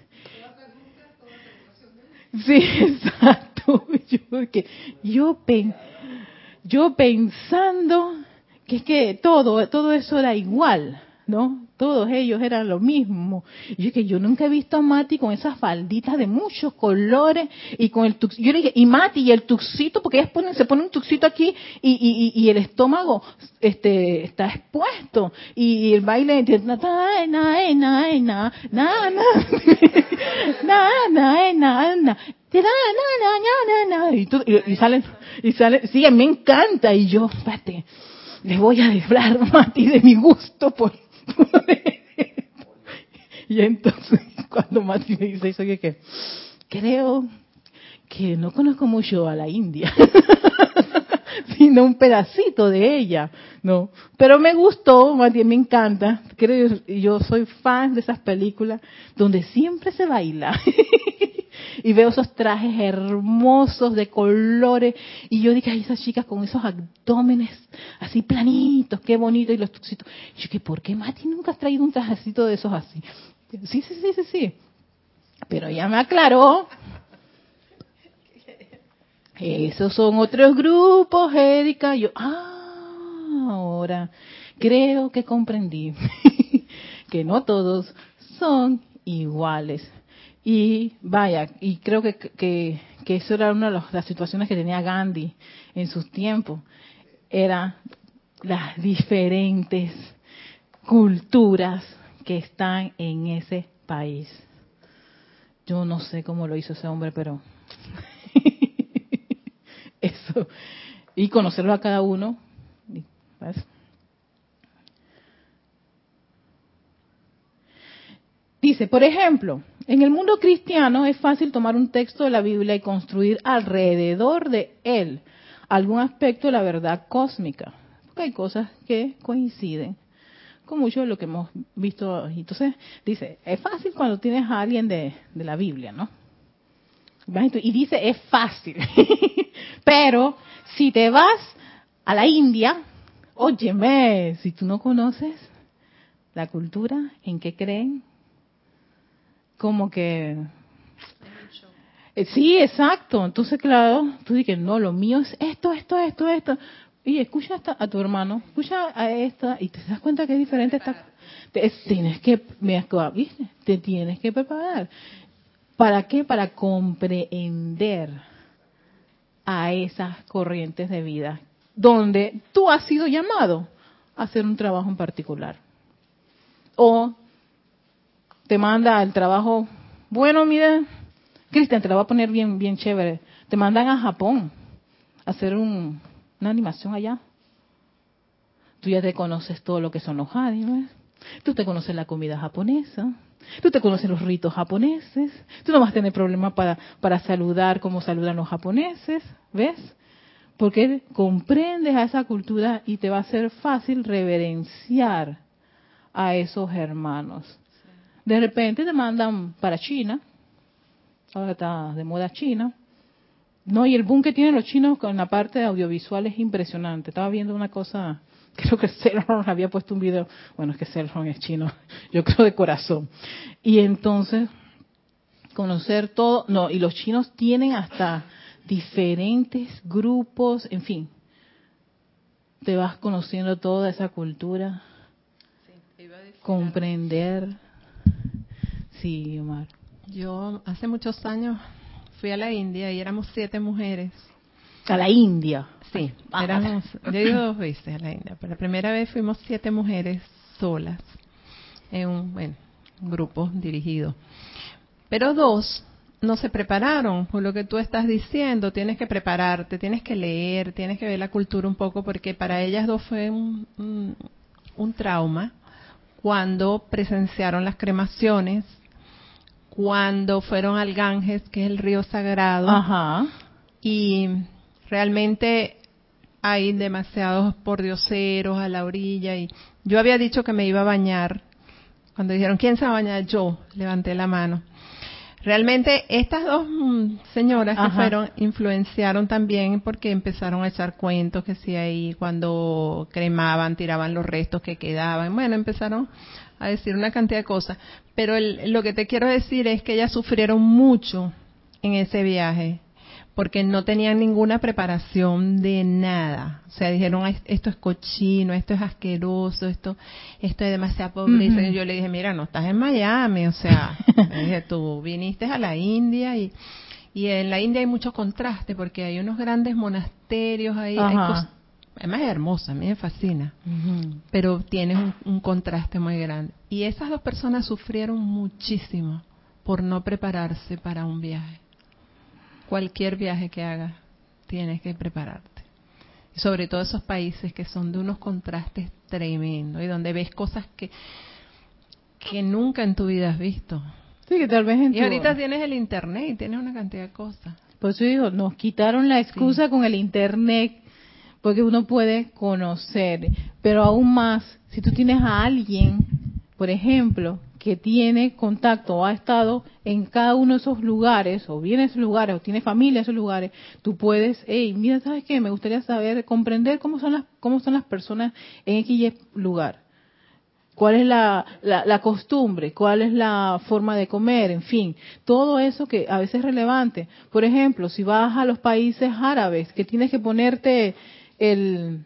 Sí, exacto. Yo, que, yo, pen, yo pensando que es que todo, todo eso era igual, ¿no? Todos ellos eran lo mismo. Y yo que yo nunca he visto a Mati con esas falditas de muchos colores y con el tux. Yo le dije, y Mati, y el tuxito, porque ellas ponen, se ponen un tuxito aquí y, y, y el estómago este está expuesto. Y, y el baile, na, na, na, na, na, na, na, na, na, y, tú, y, y salen, y salen, sí, me encanta. Y yo, espérate, les voy a hablar, Mati, de mi gusto por y entonces cuando Mati me dice eso, yo que creo que no conozco mucho a la India sino un pedacito de ella, no, pero me gustó, Mati, me encanta, creo, yo soy fan de esas películas donde siempre se baila y veo esos trajes hermosos de colores y yo dije, ay, esas chicas con esos abdómenes así planitos, qué bonito, y los tuxitos. Y yo, que ¿por qué Mati nunca has traído un trajecito de esos así? Sí, sí, sí, sí, sí. Pero ella me aclaró. Esos son otros grupos, Erika. Yo, ah, ahora creo que comprendí que no todos son iguales. Y vaya, y creo que, que, que eso era una de las, las situaciones que tenía Gandhi en sus tiempos. Eran las diferentes culturas que están en ese país. Yo no sé cómo lo hizo ese hombre, pero eso. Y conocerlo a cada uno. ¿Ves? Dice, por ejemplo, en el mundo cristiano es fácil tomar un texto de la Biblia y construir alrededor de él algún aspecto de la verdad cósmica, porque hay cosas que coinciden con mucho de lo que hemos visto. Entonces, dice, es fácil cuando tienes a alguien de, de la Biblia, ¿no? Y dice, es fácil. Pero si te vas a la India, óyeme, si tú no conoces la cultura, en qué creen, como que eh, sí, exacto. Entonces, claro, tú dices, no, lo mío es esto, esto, esto, esto. Y escucha hasta a tu hermano, escucha a esta, y te das cuenta que es diferente esta. Te, tienes que, ¿viste? Te tienes que preparar. ¿Para qué? Para comprehender a esas corrientes de vida, donde tú has sido llamado a hacer un trabajo en particular. O te manda el trabajo, bueno, mira, Cristian, te la voy a poner bien, bien chévere. Te mandan a Japón a hacer un, una animación allá. Tú ya te conoces todo lo que son los animes. Tú te conoces la comida japonesa. Tú te conoces los ritos japoneses. Tú no vas a tener problema para, para saludar como saludan los japoneses. ¿Ves? Porque comprendes a esa cultura y te va a ser fácil reverenciar a esos hermanos. De repente te mandan para China. Ahora está de moda China. No, y el boom que tienen los chinos con la parte de audiovisual es impresionante. Estaba viendo una cosa, creo que Selron había puesto un video. Bueno, es que Selron es chino, yo creo de corazón. Y entonces, conocer todo. No, y los chinos tienen hasta diferentes grupos, en fin. Te vas conociendo toda esa cultura. Sí, iba a decir comprender. Sí, Omar. Yo hace muchos años fui a la India y éramos siete mujeres. ¿A la India? Sí, éramos, yo he ido dos veces a la India, pero la primera vez fuimos siete mujeres solas en un, bueno, un grupo dirigido. Pero dos no se prepararon por lo que tú estás diciendo. Tienes que prepararte, tienes que leer, tienes que ver la cultura un poco, porque para ellas dos fue un, un, un trauma cuando presenciaron las cremaciones, cuando fueron al Ganges, que es el río sagrado. Ajá. Y realmente hay demasiados pordioseros a la orilla. Y yo había dicho que me iba a bañar. Cuando dijeron, ¿quién se va a bañar? Yo levanté la mano. Realmente estas dos mm, señoras Ajá. que fueron influenciaron también, porque empezaron a echar cuentos que si ahí cuando cremaban tiraban los restos que quedaban. Bueno, empezaron a decir una cantidad de cosas. Pero el, lo que te quiero decir es que ellas sufrieron mucho en ese viaje, porque no tenían ninguna preparación de nada. O sea, dijeron, esto es cochino, esto es asqueroso, esto esto es demasiada pobreza. Uh-huh. Y yo le dije, mira, no estás en Miami, o sea, le dije, tú viniste a la India y, y en la India hay mucho contraste porque hay unos grandes monasterios ahí. Hay cos- además es hermosa, a mí me fascina, uh-huh. pero tienes un, un contraste muy grande. Y esas dos personas sufrieron muchísimo por no prepararse para un viaje. Cualquier viaje que hagas, tienes que prepararte. Y sobre todo esos países que son de unos contrastes tremendos y donde ves cosas que que nunca en tu vida has visto. Sí, que tal vez en y tu... ahorita tienes el internet y tienes una cantidad de cosas. Por eso digo, nos quitaron la excusa sí. con el internet, porque uno puede conocer, pero aún más, si tú tienes a alguien, por ejemplo, que tiene contacto o ha estado en cada uno de esos lugares, o viene a esos lugares, o tiene familia en esos lugares, tú puedes, hey, mira, ¿sabes qué? Me gustaría saber, comprender cómo son las cómo son las personas en X lugar. ¿Cuál es la, la, la costumbre? ¿Cuál es la forma de comer? En fin, todo eso que a veces es relevante. Por ejemplo, si vas a los países árabes, que tienes que ponerte el...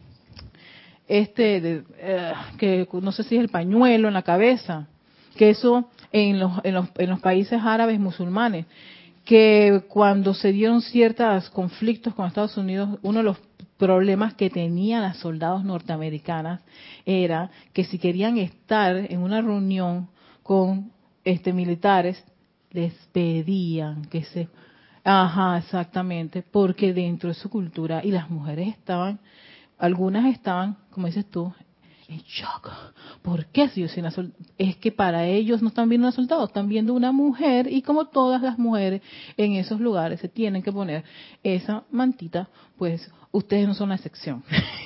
este, de, eh, que no sé si es el pañuelo en la cabeza, que eso en los, en los, en los países árabes musulmanes, que cuando se dieron ciertos conflictos con Estados Unidos, uno de los problemas que tenían las soldados norteamericanas era que si querían estar en una reunión con este militares, les pedían que se... Ajá, exactamente, porque dentro de su cultura, y las mujeres estaban, algunas estaban, como dices tú, en shock. ¿Por qué? Si yo soy una sol- es que para ellos no están viendo una soldado, están viendo una mujer, y como todas las mujeres en esos lugares se tienen que poner esa mantita, pues ustedes no son la excepción.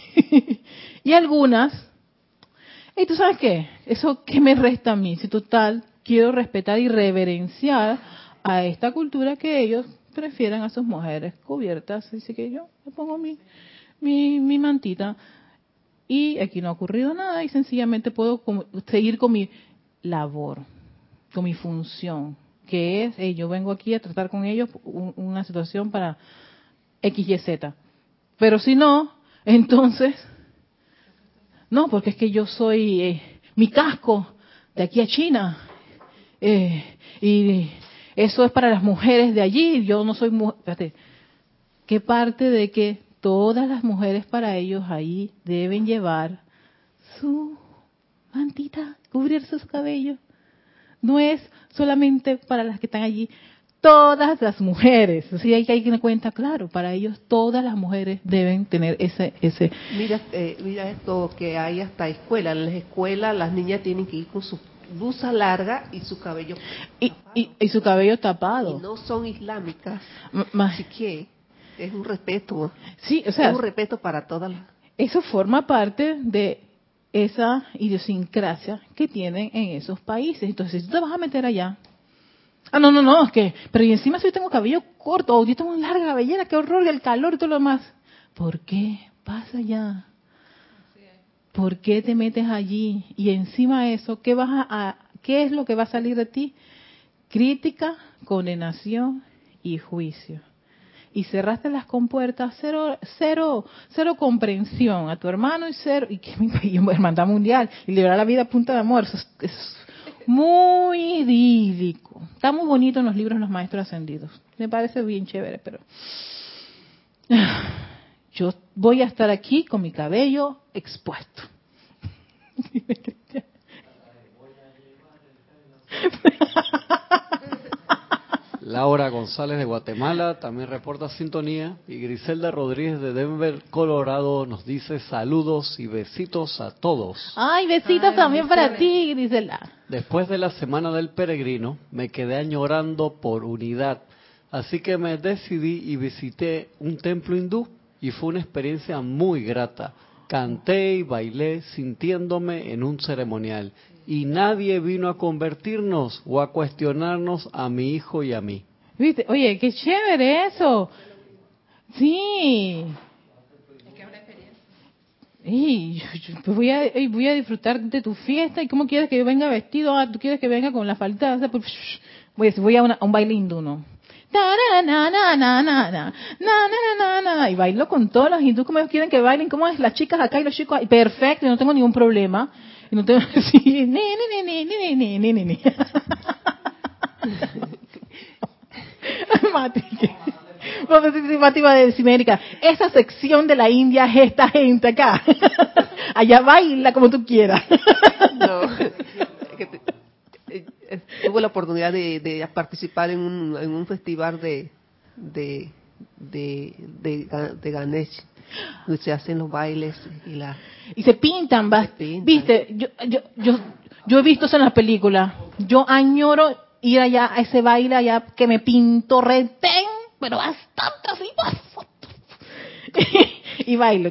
Y algunas, ¿y tú sabes qué? ¿Eso qué me resta a mí? Si total, quiero respetar y reverenciar a esta cultura que ellos prefieren a sus mujeres cubiertas, así que yo me pongo mi, mi, mi mantita. Y aquí no ha ocurrido nada y sencillamente puedo com- seguir con mi labor, con mi función, que es, hey, yo vengo aquí a tratar con ellos un, una situación para X Y Z. Pero si no, entonces, no, porque es que yo soy eh, mi casco de aquí a China. Eh, y eso es para las mujeres de allí, yo no soy mujer. Espérate, ¿qué parte de que todas las mujeres para ellos ahí deben llevar su mantita, cubrirse su cabello? No es solamente para las que están allí, todas las mujeres. O sea, hay que hay que cuenta, claro, para ellos todas las mujeres deben tener ese... ese Mira, eh, mira esto que hay hasta escuela. En las escuelas las niñas tienen que ir con su blusa larga y su cabello y, tapado. Y, y su cabello tapado. Y no son islámicas. M- más, Así que es un respeto. Sí, o sea, es un respeto para todas las... Eso forma parte de esa idiosincrasia que tienen en esos países. Entonces, si tú te vas a meter allá, ah, no, no, no, es que, pero y encima si yo tengo cabello corto, o yo tengo una larga cabellera, qué horror, el calor y todo lo demás. ¿Por qué pasa allá? ¿Por qué te metes allí? Y encima de eso, ¿qué vas a, a qué es lo que va a salir de ti? Crítica, condenación y juicio. Y cerraste las compuertas, cero, cero, cero comprensión a tu hermano y cero, y que mi país, hermandad mundial, y liberar la vida a punta de amor. Eso es, es muy idílico. Está muy bonito en los libros de los maestros ascendidos. Me parece bien chévere, pero yo voy a estar aquí con mi cabello expuesto. Laura González de Guatemala también reporta sintonía y Griselda Rodríguez de Denver, Colorado nos dice saludos y besitos a todos. Ay, besitos Ay, también para ti, Griselda. Después de la semana del peregrino me quedé añorando por unidad, así que me decidí y visité un templo hindú y fue una experiencia muy grata. Canté y bailé sintiéndome en un ceremonial. Y nadie vino a convertirnos o a cuestionarnos a mi hijo y a mí. ¿Viste? Oye, qué chévere eso. Sí. Es que es una experiencia. Y yo, yo, pues voy a voy a disfrutar de tu fiesta. ¿Y cómo quieres que yo venga vestido? Ah, ¿tú quieres que venga con la falda? O sea, pues, voy a, voy a, una, a un baile hindú, ¿no? na na na na na na na na na, y bailo con todos los hindúes como ellos quieren que bailen, como es las chicas acá y los chicos ahí, perfecto, y no tengo ningún problema, y no tengo, sí, ni ni ni ni ni ni ni ni. Mati, Mati va a decirme, Erika, esa sección de la India es esta gente acá. Allá baila como tú quieras. No, que te, eh, eh, tuve la oportunidad de, de participar en un, en un festival de de de, de, de Ganesh, donde se hacen los bailes y la y se pintan, va, se pintan. viste, yo, yo yo yo he visto eso en las películas. Yo añoro ir allá a ese baile allá que me pinto retén, pero bastante así, y, y bailo.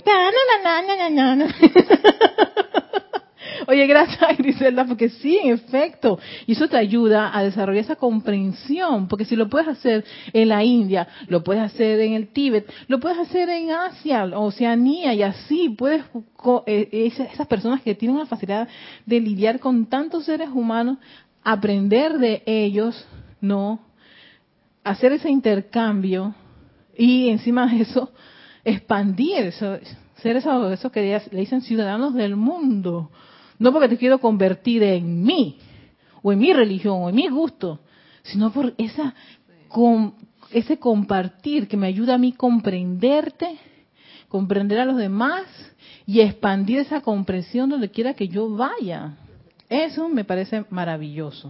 Oye, gracias Griselda, porque sí, en efecto, y eso te ayuda a desarrollar esa comprensión, porque si lo puedes hacer en la India, lo puedes hacer en el Tíbet, lo puedes hacer en Asia, Oceanía, y así puedes, esas personas que tienen la facilidad de lidiar con tantos seres humanos, aprender de ellos, ¿no? Hacer ese intercambio y encima de eso, expandir, eso, ser eso, eso que le dicen ciudadanos del mundo. No porque te quiero convertir en mí, o en mi religión, o en mi gusto, sino por esa, con, ese compartir que me ayuda a mí comprenderte, comprender a los demás y expandir esa comprensión donde quiera que yo vaya. Eso me parece maravilloso.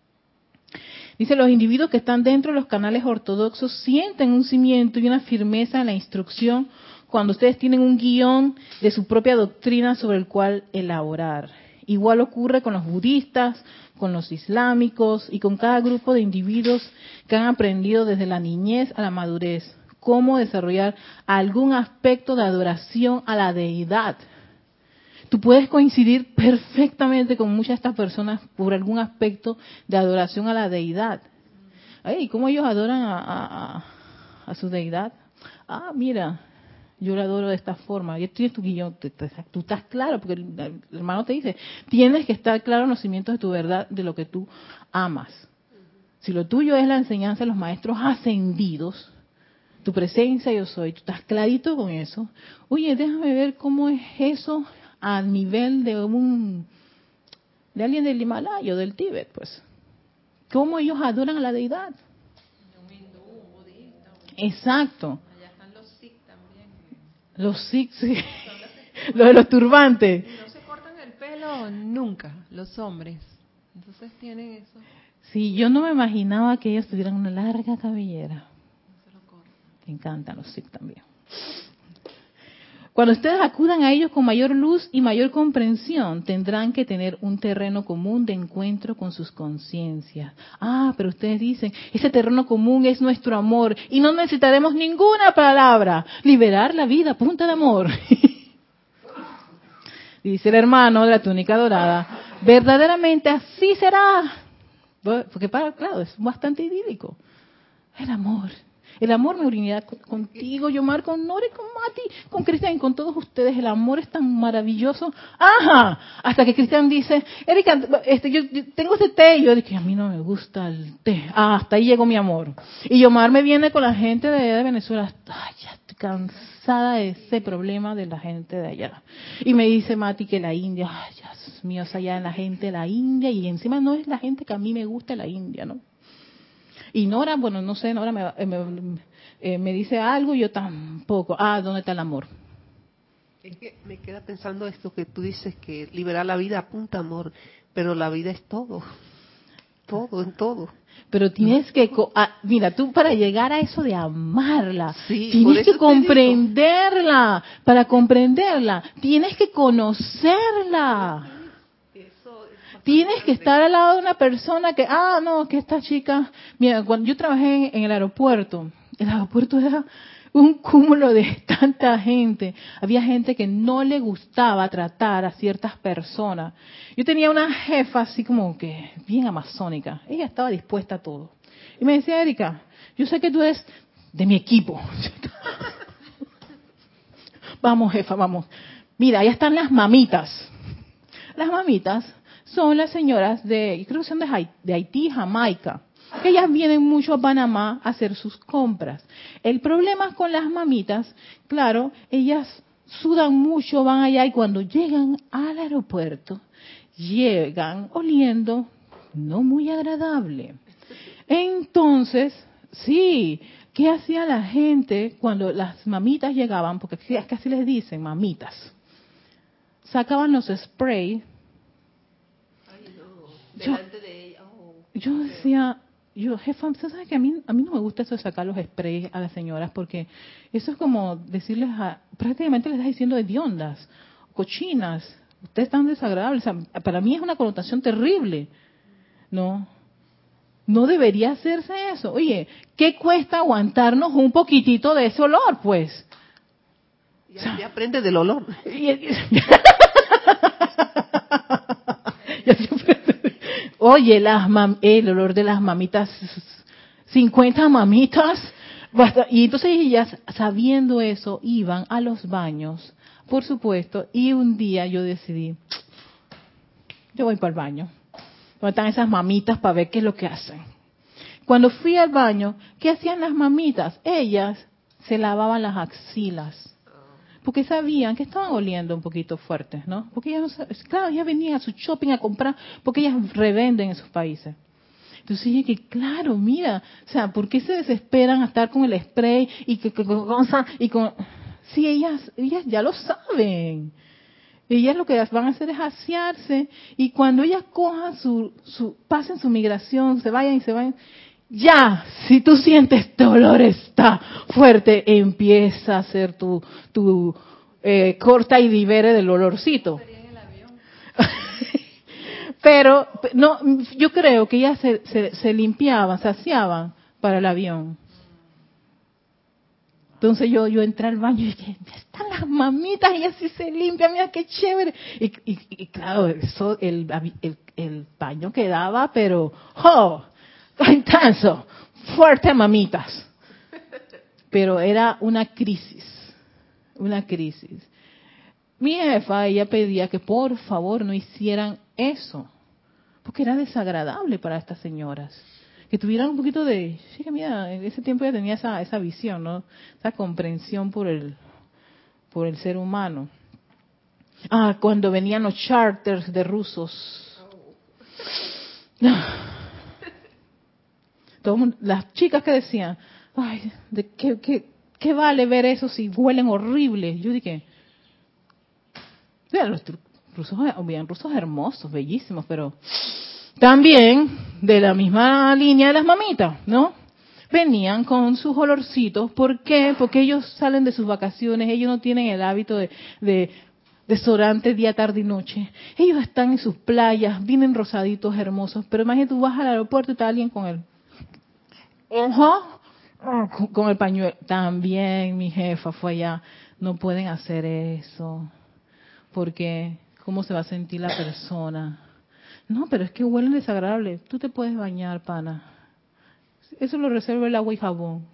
Dice, los individuos que están dentro de los canales ortodoxos sienten un cimiento y una firmeza en la instrucción cuando ustedes tienen un guión de su propia doctrina sobre el cual elaborar. Igual ocurre con los budistas, con los islámicos y con cada grupo de individuos que han aprendido desde la niñez a la madurez cómo desarrollar algún aspecto de adoración a la deidad. Tú puedes coincidir perfectamente con muchas de estas personas por algún aspecto de adoración a la deidad. Ay, ¿cómo ellos adoran a, a, a su deidad? Ah, mira, yo la adoro de esta forma. Y tienes tu guión, tú estás claro, porque el hermano te dice, tienes que estar claro en los cimientos de tu verdad, de lo que tú amas. Si lo tuyo es la enseñanza de los maestros ascendidos, tu presencia yo soy, tú estás clarito con eso. Oye, déjame ver cómo es eso a nivel de un de alguien del Himalaya o del Tíbet, pues. ¿Cómo ellos adoran a la deidad? Un hindú, un budista. Exacto. Allá están los Sikh también. Los Sikh, sí. Los de los turbantes. Y no se cortan el pelo nunca, los hombres. Entonces tienen eso. Sí, yo no me imaginaba que ellos tuvieran una larga cabellera. No se lo cortan. Me encantan los Sikh también. Cuando ustedes acudan a ellos con mayor luz y mayor comprensión, tendrán que tener un terreno común de encuentro con sus conciencias. Ah, pero ustedes dicen, ese terreno común es nuestro amor y no necesitaremos ninguna palabra. Liberar la vida, punta de amor. Dice el hermano de la túnica dorada, verdaderamente así será. Porque, para, claro, es bastante idílico. El amor. El amor, mi unidad contigo, Yomar, con Nore, con Mati, con Cristian y con todos ustedes. El amor es tan maravilloso. ¡Ajá! Hasta que Cristian dice, Erika, este, yo, yo tengo este té. Y yo dije, a mí no me gusta el té. Ah, hasta ahí llegó mi amor. Y Yomar me viene con la gente de allá de Venezuela. Ay, ya estoy cansada de ese problema de la gente de allá. Y me dice Mati que la India, ay, Dios mío, es allá en la gente de la India. Y encima no es la gente que a mí me gusta la India, ¿no? Y Nora, bueno, no sé, Nora me, me, eh, me dice algo y yo tampoco. Ah, ¿dónde está el amor? Es que me queda pensando esto que tú dices, que liberar la vida apunta amor, pero la vida es todo, todo, en todo. Pero tienes que, ah, mira, tú para llegar a eso de amarla, sí, tienes que comprenderla. Para comprenderla, tienes que conocerla. Tienes que estar al lado de una persona que, ah, no, que esta chica, mira, cuando yo trabajé en, en el aeropuerto, el aeropuerto era un cúmulo de tanta gente. Había gente que no le gustaba tratar a ciertas personas. Yo tenía una jefa así como que bien amazónica. Ella estaba dispuesta a todo. Y me decía, Erika, yo sé que tú eres de mi equipo. Vamos, jefa, vamos. Mira, ahí están las mamitas. Las mamitas son las señoras de, creo que son de Haití, Jamaica. que ellas vienen mucho a Panamá a hacer sus compras. El problema con las mamitas, claro, ellas sudan mucho, van allá y cuando llegan al aeropuerto, llegan oliendo no muy agradable. Entonces, sí, ¿qué hacía la gente cuando las mamitas llegaban? Porque es que así les dicen, mamitas. Sacaban los sprays. Ay, no. Delante yo, de ella. Oh, yo decía, yo, jefa, ¿usted sabe que a mí, a mí no me gusta eso de sacar los sprays a las señoras? Porque eso es como decirles, a, prácticamente les estás diciendo hediondas, cochinas, ustedes están desagradables. O sea, para mí es una connotación terrible. No, no debería hacerse eso. Oye, ¿qué cuesta aguantarnos un poquitito de ese olor, pues? Ya, o sea, ya aprende del olor. Oye, las mam el olor de las mamitas, cincuenta mamitas. Basta, y entonces ellas, sabiendo eso, iban a los baños, por supuesto, y un día yo decidí, yo voy para el baño. ¿Dónde están esas mamitas para ver qué es lo que hacen? Cuando fui al baño, ¿qué hacían las mamitas? Ellas se lavaban las axilas. Porque sabían que estaban oliendo un poquito fuertes, ¿no? Porque ellas, no, claro, ellas venían a su shopping a comprar, porque ellas revenden en sus países. Entonces dije que, claro, mira, o sea, ¿por qué se desesperan a estar con el spray y que, que, que y con... Sí, ellas, ellas ya lo saben. Ellas lo que van a hacer es asearse y cuando ellas cojan su, su, pasen su migración, se vayan y se vayan, ya, si tú sientes este olor está fuerte, empieza a hacer tu, tu eh, corta y libere del olorcito. Pero no, yo creo que ellas se, se, se limpiaban, se aseaban para el avión. Entonces yo yo entré al baño y dije, ya están las mamitas, ellas sí se limpian, mira qué chévere. Y, y, y claro, eso, el, el, el baño quedaba, pero, ¡oh! Intenso, fuerte mamitas. Pero era una crisis, una crisis. Mi jefa, ella pedía que por favor no hicieran eso, porque era desagradable para estas señoras. Que tuvieran un poquito de, sí, que mira, en ese tiempo ya tenía esa esa visión, ¿no? Esa comprensión por el por el ser humano. Ah, cuando venían los charters de rusos. Todo, las chicas que decían, ay, ¿de qué, qué, qué vale ver eso si huelen horrible? Yo dije, mira, los rusos, habían rusos hermosos, bellísimos, pero también de la misma línea de las mamitas, ¿no? Venían con sus olorcitos. ¿Por qué? Porque ellos salen de sus vacaciones, ellos no tienen el hábito de, de desodorante día, tarde y noche. Ellos están en sus playas, vienen rosaditos, hermosos, pero imagínate, tú vas al aeropuerto y está alguien con el, uh-huh, con el pañuelo. También mi jefa fue allá. No pueden hacer eso, porque ¿cómo se va a sentir la persona? No, pero es que huelen desagradable. Tú te puedes bañar, pana. Eso lo reserva el agua y jabón.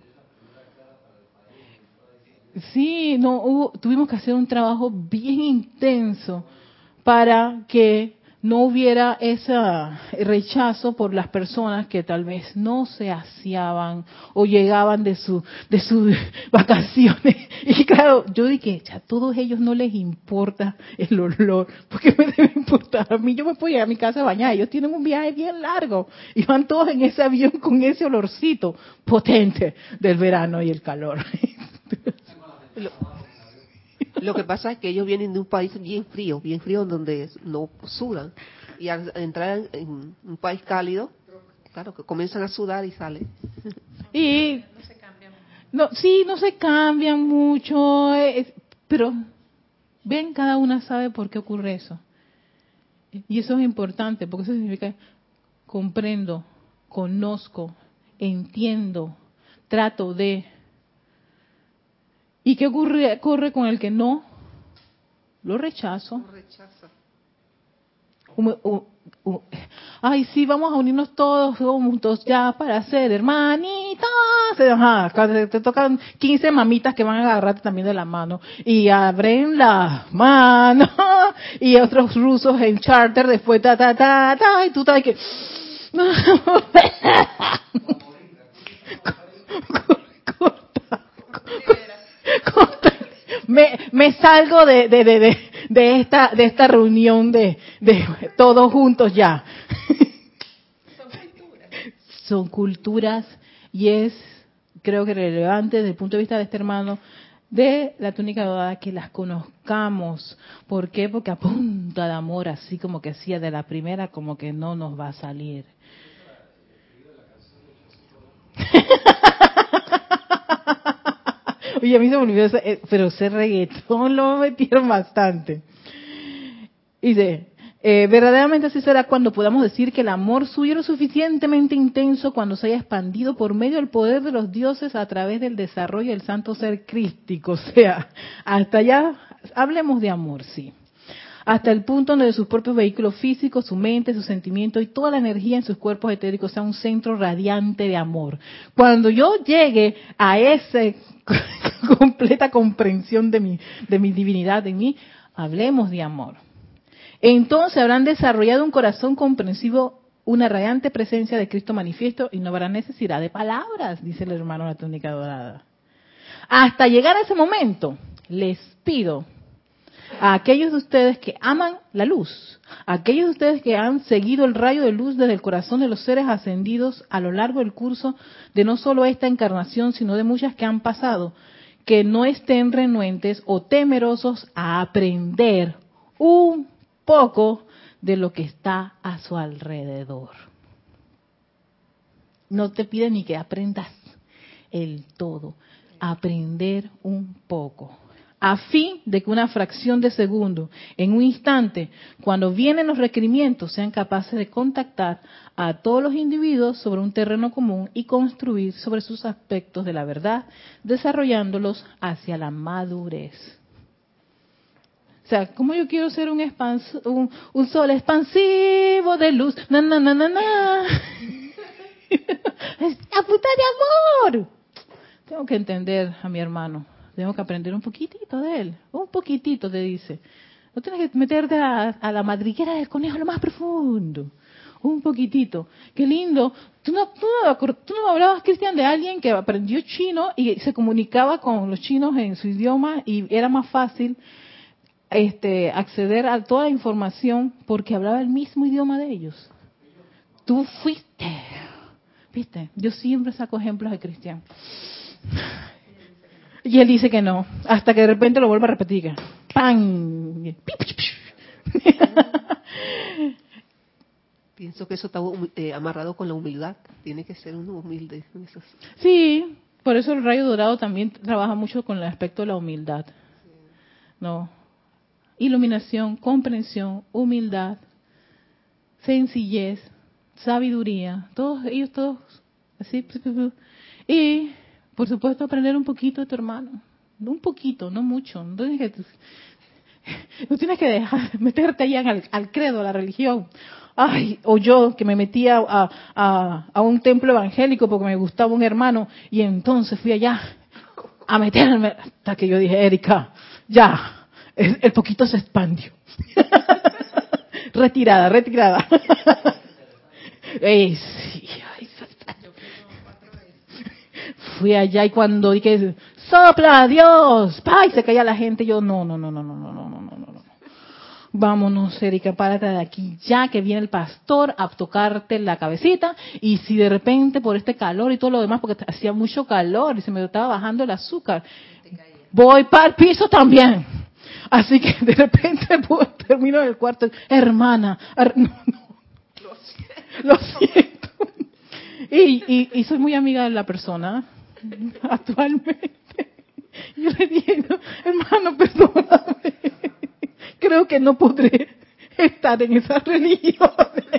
Sí, no, hubo, tuvimos que hacer un trabajo bien intenso para que no hubiera ese rechazo por las personas que tal vez no se aseaban o llegaban de su de sus vacaciones. Y claro, yo dije, a todos ellos no les importa el olor, porque me debe importar a mí. Yo me puedo ir a mi casa a bañar, ellos tienen un viaje bien largo y van todos en ese avión con ese olorcito potente del verano y el calor. Lo, lo que pasa es que ellos vienen de un país bien frío, bien frío donde no sudan. Y al entrar en un país cálido, claro que comienzan a sudar y salen. Y no se cambian. No, sí, no se cambian mucho, eh, pero ven, cada una sabe por qué ocurre eso. Y eso es importante, porque eso significa comprendo, conozco, entiendo, trato de. ¿Y qué ocurre, ocurre con el que no? Lo rechazo. Lo rechaza. Um, um, um, ay, sí, vamos a unirnos todos juntos ya para ser hermanitas. Ajá, te tocan quince mamitas que van a agarrarte también de la mano y abren la mano y otros rusos en charter después ta ta ta ta y tú estás que me salgo de, de, de, de, de esta de esta reunión de, de todos juntos ya. Son culturas. Son culturas y es, creo que relevante desde el punto de vista de este hermano de la túnica dorada que las conozcamos. ¿Por qué? Porque a punta de amor, así como que hacía de la primera, como que no nos va a salir. Oye, a mí se me olvidó, ese, pero ese reggaetón lo metieron bastante. Dice, eh, verdaderamente así será cuando podamos decir que el amor suyo era suficientemente intenso cuando se haya expandido por medio del poder de los dioses a través del desarrollo del santo ser crístico. O sea, hasta allá, hablemos de amor, sí. Hasta el punto donde sus propios vehículos físicos, su mente, sus sentimientos y toda la energía en sus cuerpos etéricos sea un centro radiante de amor. Cuando yo llegue a esa completa comprensión de mi, de mi divinidad en mí, hablemos de amor. Entonces habrán desarrollado un corazón comprensivo, una radiante presencia de Cristo manifiesto y no habrá necesidad de palabras, dice el hermano de la túnica dorada. Hasta llegar a ese momento, les pido a aquellos de ustedes que aman la luz, a aquellos de ustedes que han seguido el rayo de luz desde el corazón de los seres ascendidos a lo largo del curso de no solo esta encarnación, sino de muchas que han pasado, que no estén renuentes o temerosos a aprender un poco de lo que está a su alrededor. No te piden ni que aprendas el todo, aprender un poco, a fin de que una fracción de segundo, en un instante, cuando vienen los requerimientos, sean capaces de contactar a todos los individuos sobre un terreno común y construir sobre sus aspectos de la verdad, desarrollándolos hacia la madurez. O sea, ¿cómo yo quiero ser un, expans un, un sol expansivo de luz? Na, na, na, na, na. ¡A puta de amor! Tengo que entender a mi hermano. Tengo que aprender un poquitito de él. Un poquitito, te dice. No tienes que meterte a, a la madriguera del conejo, lo más profundo. Un poquitito. Qué lindo. ¿Tú no, tú no, tú no hablabas, Cristian, de alguien que aprendió chino y se comunicaba con los chinos en su idioma y era más fácil este, acceder a toda la información porque hablaba el mismo idioma de ellos? Tú fuiste. ¿Viste? Yo siempre saco ejemplos de Cristian. Y él dice que no, hasta que de repente lo vuelve a repetir. ¡Pam! Pienso que eso está eh, amarrado con la humildad. Tiene que ser uno humilde. Sí, por eso el rayo dorado también trabaja mucho con el aspecto de la humildad. No, iluminación, comprensión, humildad, sencillez, sabiduría. Todos ellos, todos así. Y por supuesto, aprender un poquito de tu hermano. Un poquito, no mucho. No tienes que, no tienes que dejar, meterte allá al, al credo, a la religión. Ay, o yo que me metía a, a, a un templo evangélico porque me gustaba un hermano y entonces fui allá a meterme hasta que yo dije, Erika, ya, el, el poquito se expandió. retirada, retirada. Ey, sí, ay, fui allá y cuando dije, sopla Dios, ¡ay! Se caía la gente. Yo, no, no, no, no, no, no, no, no, no, no. Vámonos, Erika, párate de aquí ya, que viene el pastor a tocarte la cabecita. Y si de repente por este calor y todo lo demás, porque hacía mucho calor y se me estaba bajando el azúcar, voy para el piso también. Así que de repente termino en el cuarto, hermana, her no, no, lo siento. Lo siento. Y, y, y soy muy amiga de la persona actualmente. Yo le dije, no, hermano, perdóname. Creo que no podré estar en esa religión.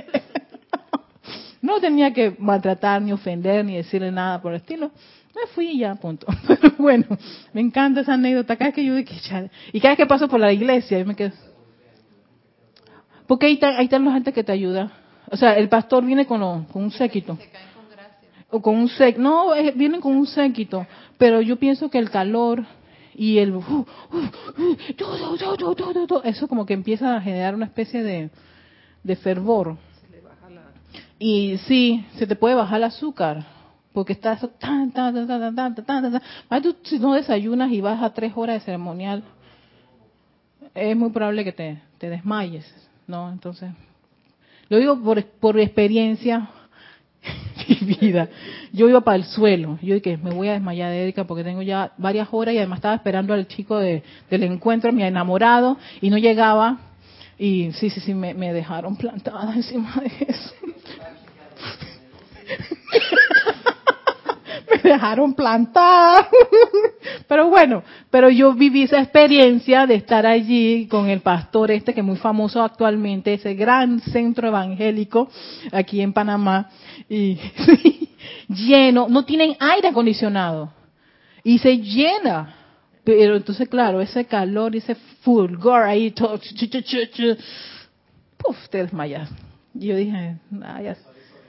No tenía que maltratar, ni ofender, ni decirle nada por el estilo. Me fui y ya, punto. Pero bueno, me encanta esa anécdota. Cada vez que yo de que y cada vez que paso por la iglesia, yo me quedo. Porque ahí está, ahí está la gente que te ayuda. O sea, el pastor viene con, lo, con un séquito. O con un séquito. No, es, vienen con un séquito. Pero yo pienso que el calor y el... Uh, uh, uh, todo, todo, todo, todo, eso como que empieza a generar una especie de, de fervor. Se le baja la... Y sí, se te puede bajar el azúcar. Porque estás tan, tan, tan, tan, tan, tan, tan, tan. Tú, si no desayunas y vas a tres horas de ceremonial, es muy probable que te, te desmayes, ¿no? Entonces, lo digo por, por experiencia y vida. Yo iba para el suelo, yo dije, me voy a desmayar, Erika, porque tengo ya varias horas y además estaba esperando al chico de, del encuentro, mi enamorado, y no llegaba. Y sí, sí, sí, me, me dejaron plantada encima de eso. Me dejaron plantada. Pero bueno, pero yo viví esa experiencia de estar allí con el pastor este, que es muy famoso actualmente, ese gran centro evangélico aquí en Panamá, y lleno, no tienen aire acondicionado, y se llena. Pero entonces, claro, ese calor, ese fulgor ahí, todo, ch, ch, ch, ch, ch, puf, te desmayas. Y yo dije, ah, ya.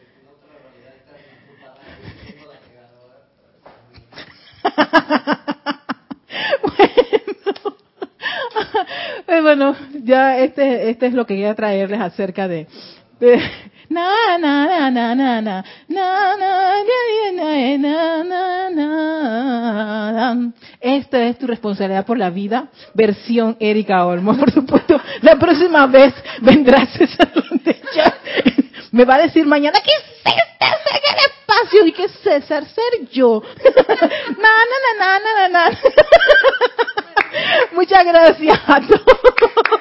bueno, bueno, ya este, este es lo que quería traerles acerca de, de na na na na na na na na na na na na. Esta es tu responsabilidad por la vida, versión Erika Olmo, por supuesto. La próxima vez vendrá César Landecha. Me va a decir mañana, ¿qué hiciste en el espacio? Y que César, ser yo. Na na na na na na. Muchas gracias a todos.